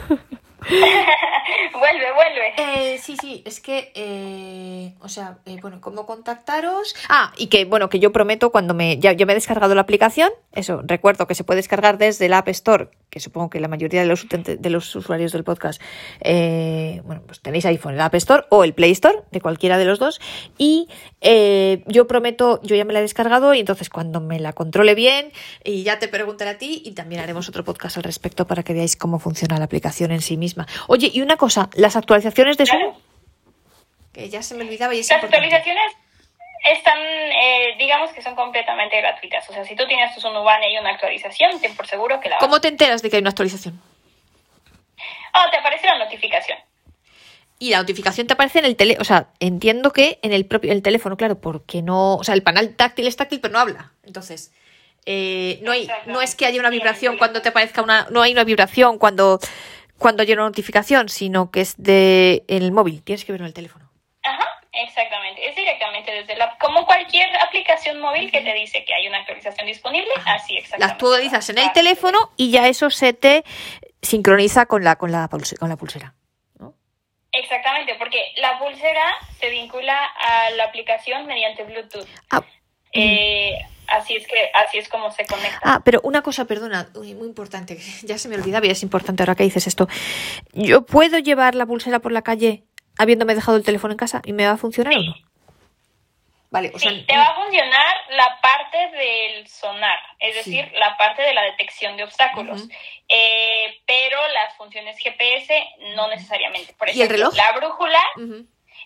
vuelve, vuelve. Eh, sí, sí, es que, eh, o sea, eh, bueno, ¿cómo contactaros? Ah, y que, bueno, que yo prometo cuando me, ya yo me he descargado la aplicación, eso, recuerdo que se puede descargar desde la App Store, que supongo que la mayoría de los, de los usuarios del podcast, eh, bueno, pues tenéis iPhone, el App Store o el Play Store, de cualquiera de los dos, y eh, yo prometo, yo ya me la he descargado y entonces cuando me la controle bien, y ya te preguntaré a ti y también haremos otro podcast al respecto para que veáis cómo funciona la aplicación en sí misma. Oye, y una cosa, las actualizaciones de Sunu, claro. que ya se me olvidaba y es Las importante. Actualizaciones están, eh, digamos que son completamente gratuitas. O sea, si tú tienes tu Sunuband y hay una actualización, ten por seguro que la vas. ¿Cómo te enteras de que hay una actualización? Ah, oh, te aparece la notificación. Y la notificación te aparece en el teléfono, o sea, entiendo que en el propio el teléfono, claro, porque no, o sea, el panel táctil es táctil, pero no habla. Entonces, eh, no hay, no es que haya una vibración cuando te aparezca una, no hay una vibración cuando cuando haya una notificación, sino que es de el móvil, tienes que verlo en el teléfono. Ajá, exactamente, es directamente desde la, como cualquier aplicación móvil uh-huh. que te dice que hay una actualización disponible, Ajá. así exactamente. La actualizas en el teléfono y ya eso se te sincroniza con la con la pulsera, con la pulsera, ¿no? Exactamente, porque la pulsera se vincula a la aplicación mediante Bluetooth. Ah. Eh, así es que así es como se conecta. Ah, pero una cosa, perdona, muy importante, ya se me olvidaba y es importante ahora que dices esto. ¿Yo puedo llevar la pulsera por la calle habiéndome dejado el teléfono en casa y me va a funcionar sí. o no? Vale, o sea, sí, te va a funcionar la parte del sonar, es sí. decir, la parte de la detección de obstáculos, uh-huh. eh, pero las funciones G P S no necesariamente. Por ejemplo, ¿y el reloj? La brújula, uh-huh.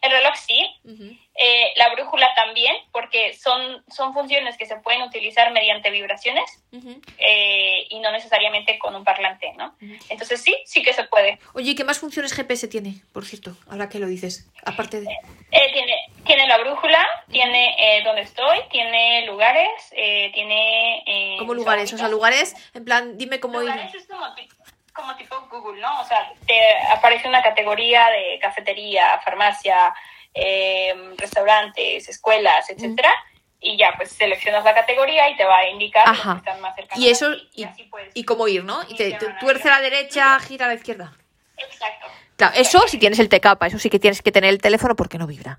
El reloj sí, Uh-huh. eh, la brújula también, porque son, son funciones que se pueden utilizar mediante vibraciones Uh-huh. eh, y no necesariamente con un parlante, ¿no? Uh-huh. Entonces sí, sí que se puede. Oye, ¿y qué más funciones G P S tiene, por cierto? Ahora que lo dices, aparte de... Eh, tiene, tiene la brújula, tiene eh, dónde estoy, tiene lugares, eh, tiene... Eh, ¿Cómo lugares? O sea, lugares, en plan, dime cómo ir. Lugares es como, como tipo Google, ¿no? O sea, te aparece una categoría de cafetería, farmacia, eh, restaurantes, escuelas, etcétera, mm. y ya, pues seleccionas la categoría y te va a indicar los que están más cercanos. Y eso, a ti, y, y, así puedes, y cómo ir, ¿no? Y te, te tuerce a la derecha, gira a la izquierda. Exacto. Claro, eso si tienes el T K, eso sí que tienes que tener el teléfono porque no vibra.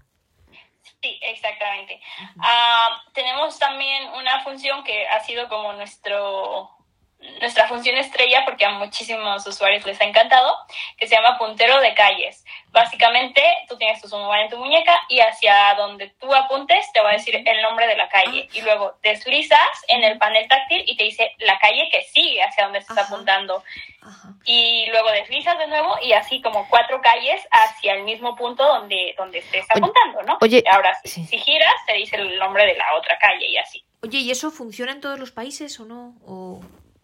Sí, exactamente. Uh-huh. Uh, tenemos también una función que ha sido como nuestro... nuestra función estrella, porque a muchísimos usuarios les ha encantado, que se llama puntero de calles. Básicamente, tú tienes tu Sunuban en tu muñeca y hacia donde tú apuntes te va a decir el nombre de la calle. Y luego deslizas en el panel táctil y te dice la calle que sigue hacia donde estás Ajá. apuntando. Ajá. Y luego deslizas de nuevo y así como cuatro calles hacia el mismo punto donde, donde estés apuntando, ¿no? Oye, ahora, si, sí. si giras, te dice el nombre de la otra calle y así. Oye, ¿y eso funciona en todos los países o no? ¿O...?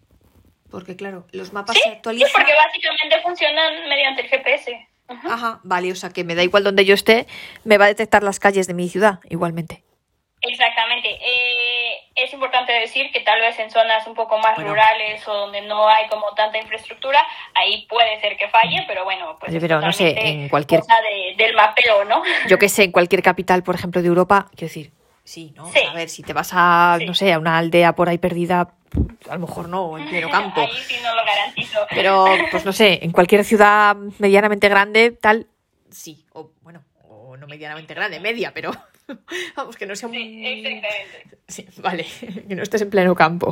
Porque, claro, los mapas sí, se actualizan. Sí, porque básicamente funcionan mediante el G P S. Uh-huh. Ajá, vale, o sea que me da igual donde yo esté, me va a detectar las calles de mi ciudad, igualmente. Exactamente. Eh, es importante decir que tal vez en zonas un poco más bueno. rurales o donde no hay como tanta infraestructura, ahí puede ser que falle, pero bueno, pues Oye, pero no sé, en cualquier cosa de, del mapeo, ¿no? Yo que sé, en cualquier capital, por ejemplo, de Europa, quiero decir, sí, ¿no? Sí. A ver, si te vas a, sí. no sé, a una aldea por ahí perdida, a lo mejor no, en pleno campo. Ahí sí no lo garantizo. Pero, pues no sé, en cualquier ciudad medianamente grande, tal, sí. O, bueno, o no medianamente grande, media, pero vamos, que no sea muy... Sí, exactamente. Sí, vale, que no estés en pleno campo.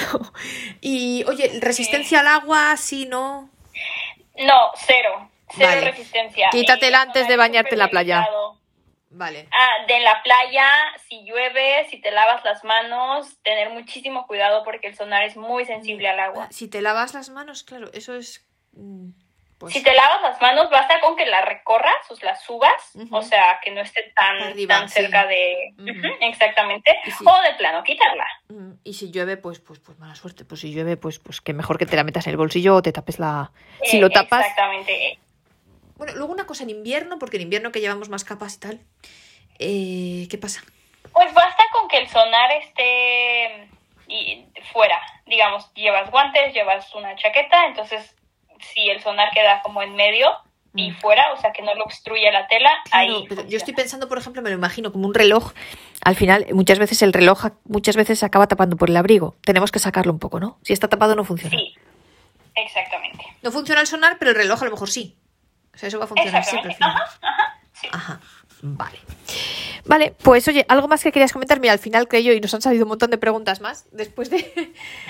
Y, oye, ¿resistencia sí. al agua, sí, no? No, cero. Cero vale. resistencia. Quítatela antes de bañarte en la playa. Delicado. Vale. Ah, de la playa, si llueve, si te lavas las manos, tener muchísimo cuidado porque el sonar es muy sensible al agua. Si te lavas las manos, claro, eso es... Pues... Si te lavas las manos, basta con que las recorras o las subas, uh-huh. o sea, que no esté tan, Arriba, tan cerca sí. de... Uh-huh. Uh-huh, exactamente. Si... O de plano, quitarla. Uh-huh. Y si llueve, pues, pues, pues mala suerte. Pues si llueve, pues, pues que mejor que te la metas en el bolsillo o te tapes la... Eh, si lo tapas... Exactamente. Bueno, luego una cosa en invierno, porque en invierno que llevamos más capas y tal, eh, ¿qué pasa? Pues basta con que el sonar esté y, fuera, digamos, llevas guantes, llevas una chaqueta, entonces si el sonar queda como en medio y mm. fuera, o sea que no lo obstruye la tela, claro, ahí pero yo estoy pensando, por ejemplo, me lo imagino como un reloj, al final muchas veces el reloj muchas veces se acaba tapando por el abrigo, tenemos que sacarlo un poco, ¿no? Si está tapado no funciona. Sí, exactamente. No funciona el sonar, pero el reloj a lo mejor sí. O sea, eso va a funcionar siempre al final. Ajá, ajá, sí. Ajá, vale. Vale, pues oye, algo más que querías comentar. Mira, al final creo yo, y nos han salido un montón de preguntas más, después de...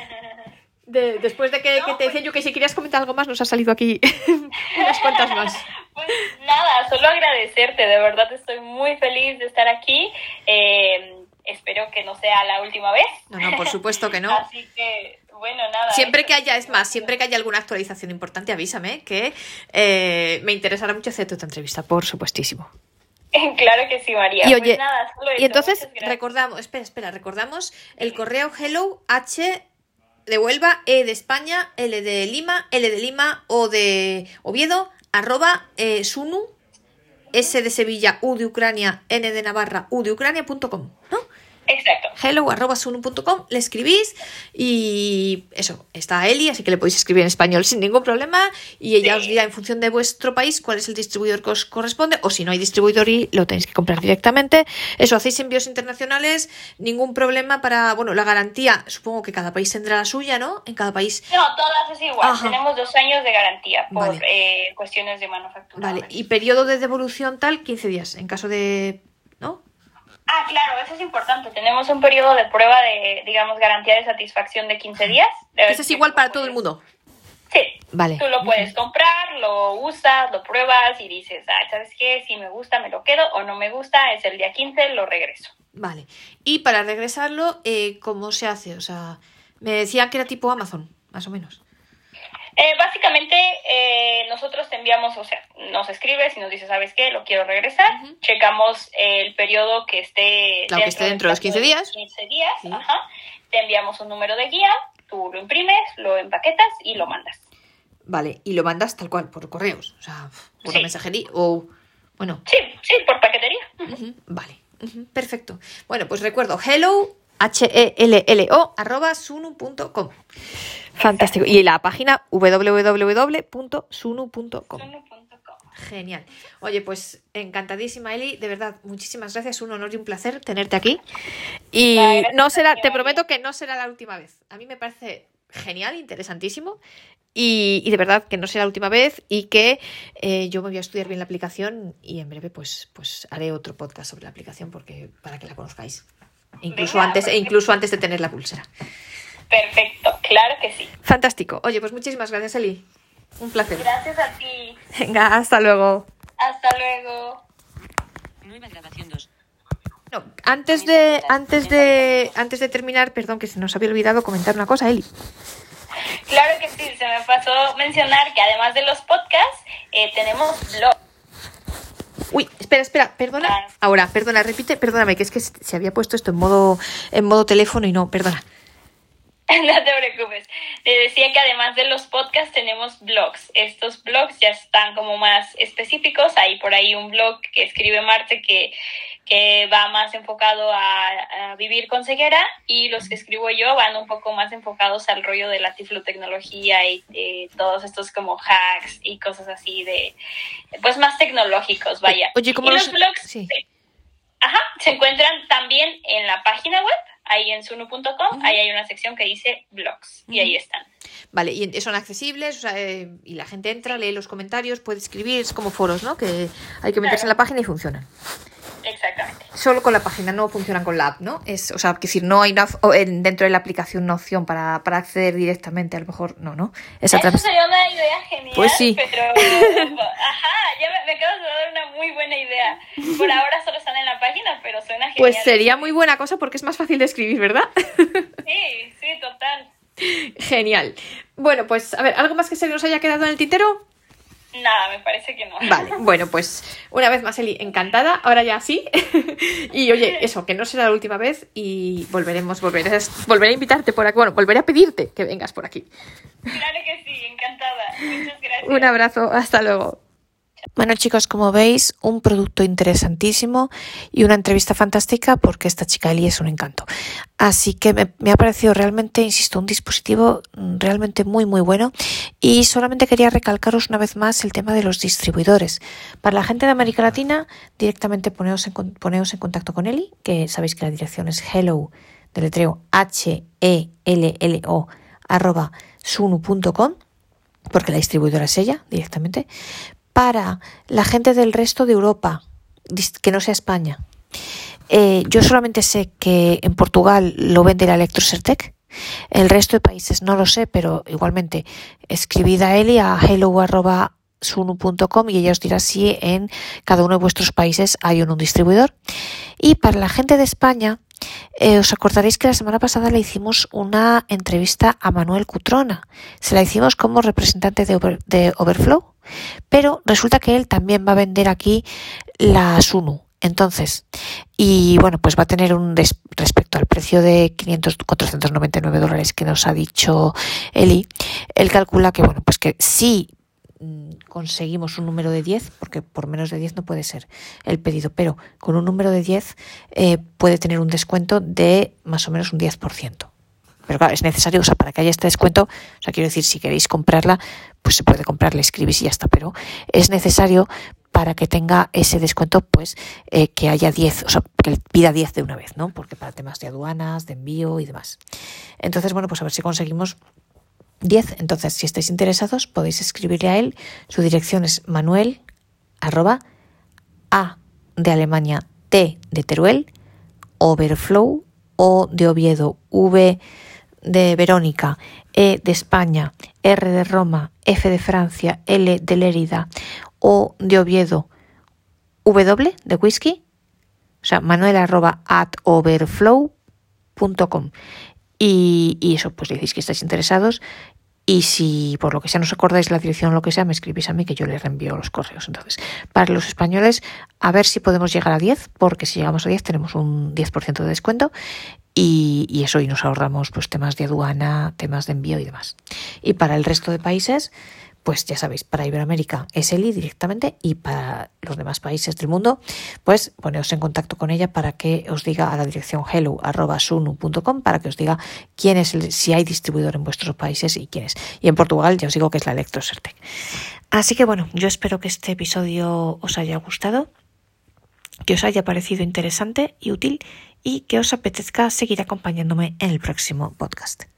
de después de que, no, que te decía pues... yo que si querías comentar algo más, nos ha salido aquí unas cuantas más. Pues nada, solo agradecerte, de verdad estoy muy feliz de estar aquí. Eh, espero que no sea la última vez. No, no, por supuesto que no. Así que... Bueno, nada. Siempre que haya, es más, siempre que haya alguna actualización importante, avísame, que eh, me interesará mucho hacer tu entrevista, por supuestísimo. Claro que sí, María. Y oye, pues nada, solo eso, y entonces recordamos, espera, espera, recordamos el correo hello, H de Huelva, E de España, L de Lima, L de Lima, O de Oviedo, arroba eh, sunu, S de Sevilla, U de Ucrania, N de Navarra, U de Ucrania punto com, ¿no? Exacto. hello arroba sunu punto com, le escribís y eso, está Eli, así que le podéis escribir en español sin ningún problema y ella sí. os dirá en función de vuestro país cuál es el distribuidor que os corresponde o si no hay distribuidor y lo tenéis que comprar directamente. Eso, hacéis envíos internacionales, ningún problema para, bueno, la garantía, supongo que cada país tendrá la suya, ¿no? En cada país. No, todas es igual, Ajá. tenemos dos años de garantía por vale. eh, cuestiones de manufactura. Vale, y periodo de devolución tal, quince días, en caso de, ¿no? Ah, claro, eso es importante. Tenemos un periodo de prueba de, digamos, garantía de satisfacción de quince días. Eso es igual para todo el mundo. Sí. Vale. Tú lo puedes comprar, lo usas, lo pruebas y dices, ah, ¿sabes qué? Si me gusta, me lo quedo, o no me gusta, es el día quince, lo regreso. Vale. Y para regresarlo, eh, ¿cómo se hace? O sea, me decían que era tipo Amazon, más o menos. Eh, básicamente, eh, nosotros te enviamos, o sea, nos escribes y nos dices, ¿sabes qué? Lo quiero regresar. Uh-huh. Checamos el periodo que esté claro, dentro, que esté dentro de los quince días. quince días, sí. Ajá. Te enviamos un número de guía, tú lo imprimes, lo empaquetas y lo mandas. Vale, y lo mandas tal cual, por correos, o sea, por sí. mensajería o... Bueno. Sí, sí, por paquetería. Uh-huh. Vale, uh-huh. Perfecto. Bueno, pues recuerdo, hello, H E L L O, arroba sunu punto com. Fantástico. Y la página doble u doble u doble u punto sunu punto com. Genial. Oye, pues encantadísima, Eli. De verdad, muchísimas gracias. Un honor y un placer tenerte aquí. Y Ay, no será, te prometo que no será la última vez. A mí me parece genial, interesantísimo. Y, y de verdad que no será la última vez y que eh, yo me voy a estudiar bien la aplicación y en breve pues, pues haré otro podcast sobre la aplicación porque para que la conozcáis. Incluso Venga, antes, incluso antes de tener la pulsera. Perfecto, claro que sí. Fantástico. Oye, pues muchísimas gracias, Eli. Un placer. Gracias a ti. Venga, hasta luego. Hasta luego. Nueva grabación dos. No, antes de, antes de, antes de terminar, perdón, que se nos había olvidado comentar una cosa, Eli. Claro que sí, se me pasó mencionar que además de los podcasts, eh, tenemos blog. Uy, espera, espera, perdona. Ahora, perdona, repite, perdóname, que es que se había puesto esto en modo, en modo teléfono y no, perdona. No te preocupes. Te decía que además de los podcasts tenemos blogs. Estos blogs ya están como más específicos. Hay por ahí un blog que escribe Marte que, que va más enfocado a, a vivir con ceguera y los que escribo yo van un poco más enfocados al rollo de la tiflotecnología y eh, todos estos como hacks y cosas así de, pues más tecnológicos, vaya. Oye, ¿cómo y los... los blogs sí. Ajá, se encuentran también en la página web. Ahí en sunu punto com, uh-huh. Ahí hay una sección que dice blogs, uh-huh. Y ahí están. Vale, y son accesibles, o sea, eh, y la gente entra, lee los comentarios, puede escribir, es como foros, ¿no? Que hay que meterse claro. En la página y funcionan. Exactamente. Solo con la página, no funcionan con la app, ¿no? Es, o sea, que decir, no hay una, dentro de la aplicación una opción para, para acceder directamente, a lo mejor, no, ¿no? Es Eso sería una idea genial, pues sí. Pero, ajá, ya me, me acabas de dar una muy buena idea. Por ahora solo están en la página, pero suena genial. Pues sería muy buena cosa porque es más fácil de escribir, ¿verdad? Sí, sí, total. Genial. Bueno, pues, a ver, ¿algo más que se nos haya quedado en el tintero? Nada, me parece que no. Vale, bueno, pues una vez más, Eli, encantada, ahora ya sí. Y oye, eso, que no será la última vez y volveremos, volveré, volveré a invitarte por aquí, bueno, volveré a pedirte que vengas por aquí. Claro que sí, encantada. Muchas gracias. Un abrazo, hasta luego. Bueno, chicos, como veis, un producto interesantísimo y una entrevista fantástica porque esta chica Eli es un encanto. Así que me, me ha parecido realmente, insisto, un dispositivo realmente muy, muy bueno. Y solamente quería recalcaros una vez más el tema de los distribuidores. Para la gente de América Latina, directamente poneos en, poneos en contacto con Eli, que sabéis que la dirección es hello, deletreo H E L L O, arroba sunu punto com, porque la distribuidora es ella directamente. Para la gente del resto de Europa, que no sea España, eh, yo solamente sé que en Portugal lo vende la Electrocertec. El resto de países no lo sé, pero igualmente escribid a Eli a hello arroba sunu punto com y ella os dirá si en cada uno de vuestros países hay un, un distribuidor. Y para la gente de España, Eh, os acordaréis que la semana pasada le hicimos una entrevista a Manuel Cutrona. Se la hicimos como representante de, Over, de Overflow, pero resulta que él también va a vender aquí la Sunu. Entonces, y bueno, pues va a tener un des- respecto al precio de quinientos, cuatrocientos noventa y nueve dólares que nos ha dicho Eli, él calcula que bueno, pues que sí conseguimos un número de diez, porque por menos de diez no puede ser el pedido, pero con un número de diez eh, puede tener un descuento de más o menos un diez por ciento. Pero claro, es necesario, o sea, para que haya este descuento, o sea, quiero decir, si queréis comprarla, pues se puede comprar, le escribís y ya está, pero es necesario para que tenga ese descuento, pues eh, que haya diez, o sea, que pida diez de una vez, ¿no? Porque para temas de aduanas, de envío y demás. Entonces, bueno, pues a ver si conseguimos diez. Entonces, si estáis interesados, podéis escribirle a él. Su dirección es manuel arroba a de Alemania, T de Teruel, Overflow, O de Oviedo, V de Verónica, E de España, R de Roma, F de Francia, L de Lérida, O de Oviedo, W de whisky, o sea, manuel arroba at overflow punto com. Y, y eso, pues le decís que estáis interesados Y si por lo que sea no os acordáis la dirección o lo que sea, me escribís a mí que yo les reenvío los correos. Entonces, para los españoles, a ver si podemos llegar a diez, porque si llegamos a diez tenemos un diez por ciento de descuento y, y eso, y nos ahorramos pues temas de aduana, temas de envío y demás. Y para el resto de países, pues ya sabéis, para Iberoamérica es Eli directamente, y para los demás países del mundo, pues poneos en contacto con ella para que os diga a la dirección hello arroba sunu punto com, para que os diga quién es el, si hay distribuidor en vuestros países y quién es. Y en Portugal ya os digo que es la Electrocertec. Así que bueno, yo espero que este episodio os haya gustado, que os haya parecido interesante y útil y que os apetezca seguir acompañándome en el próximo podcast.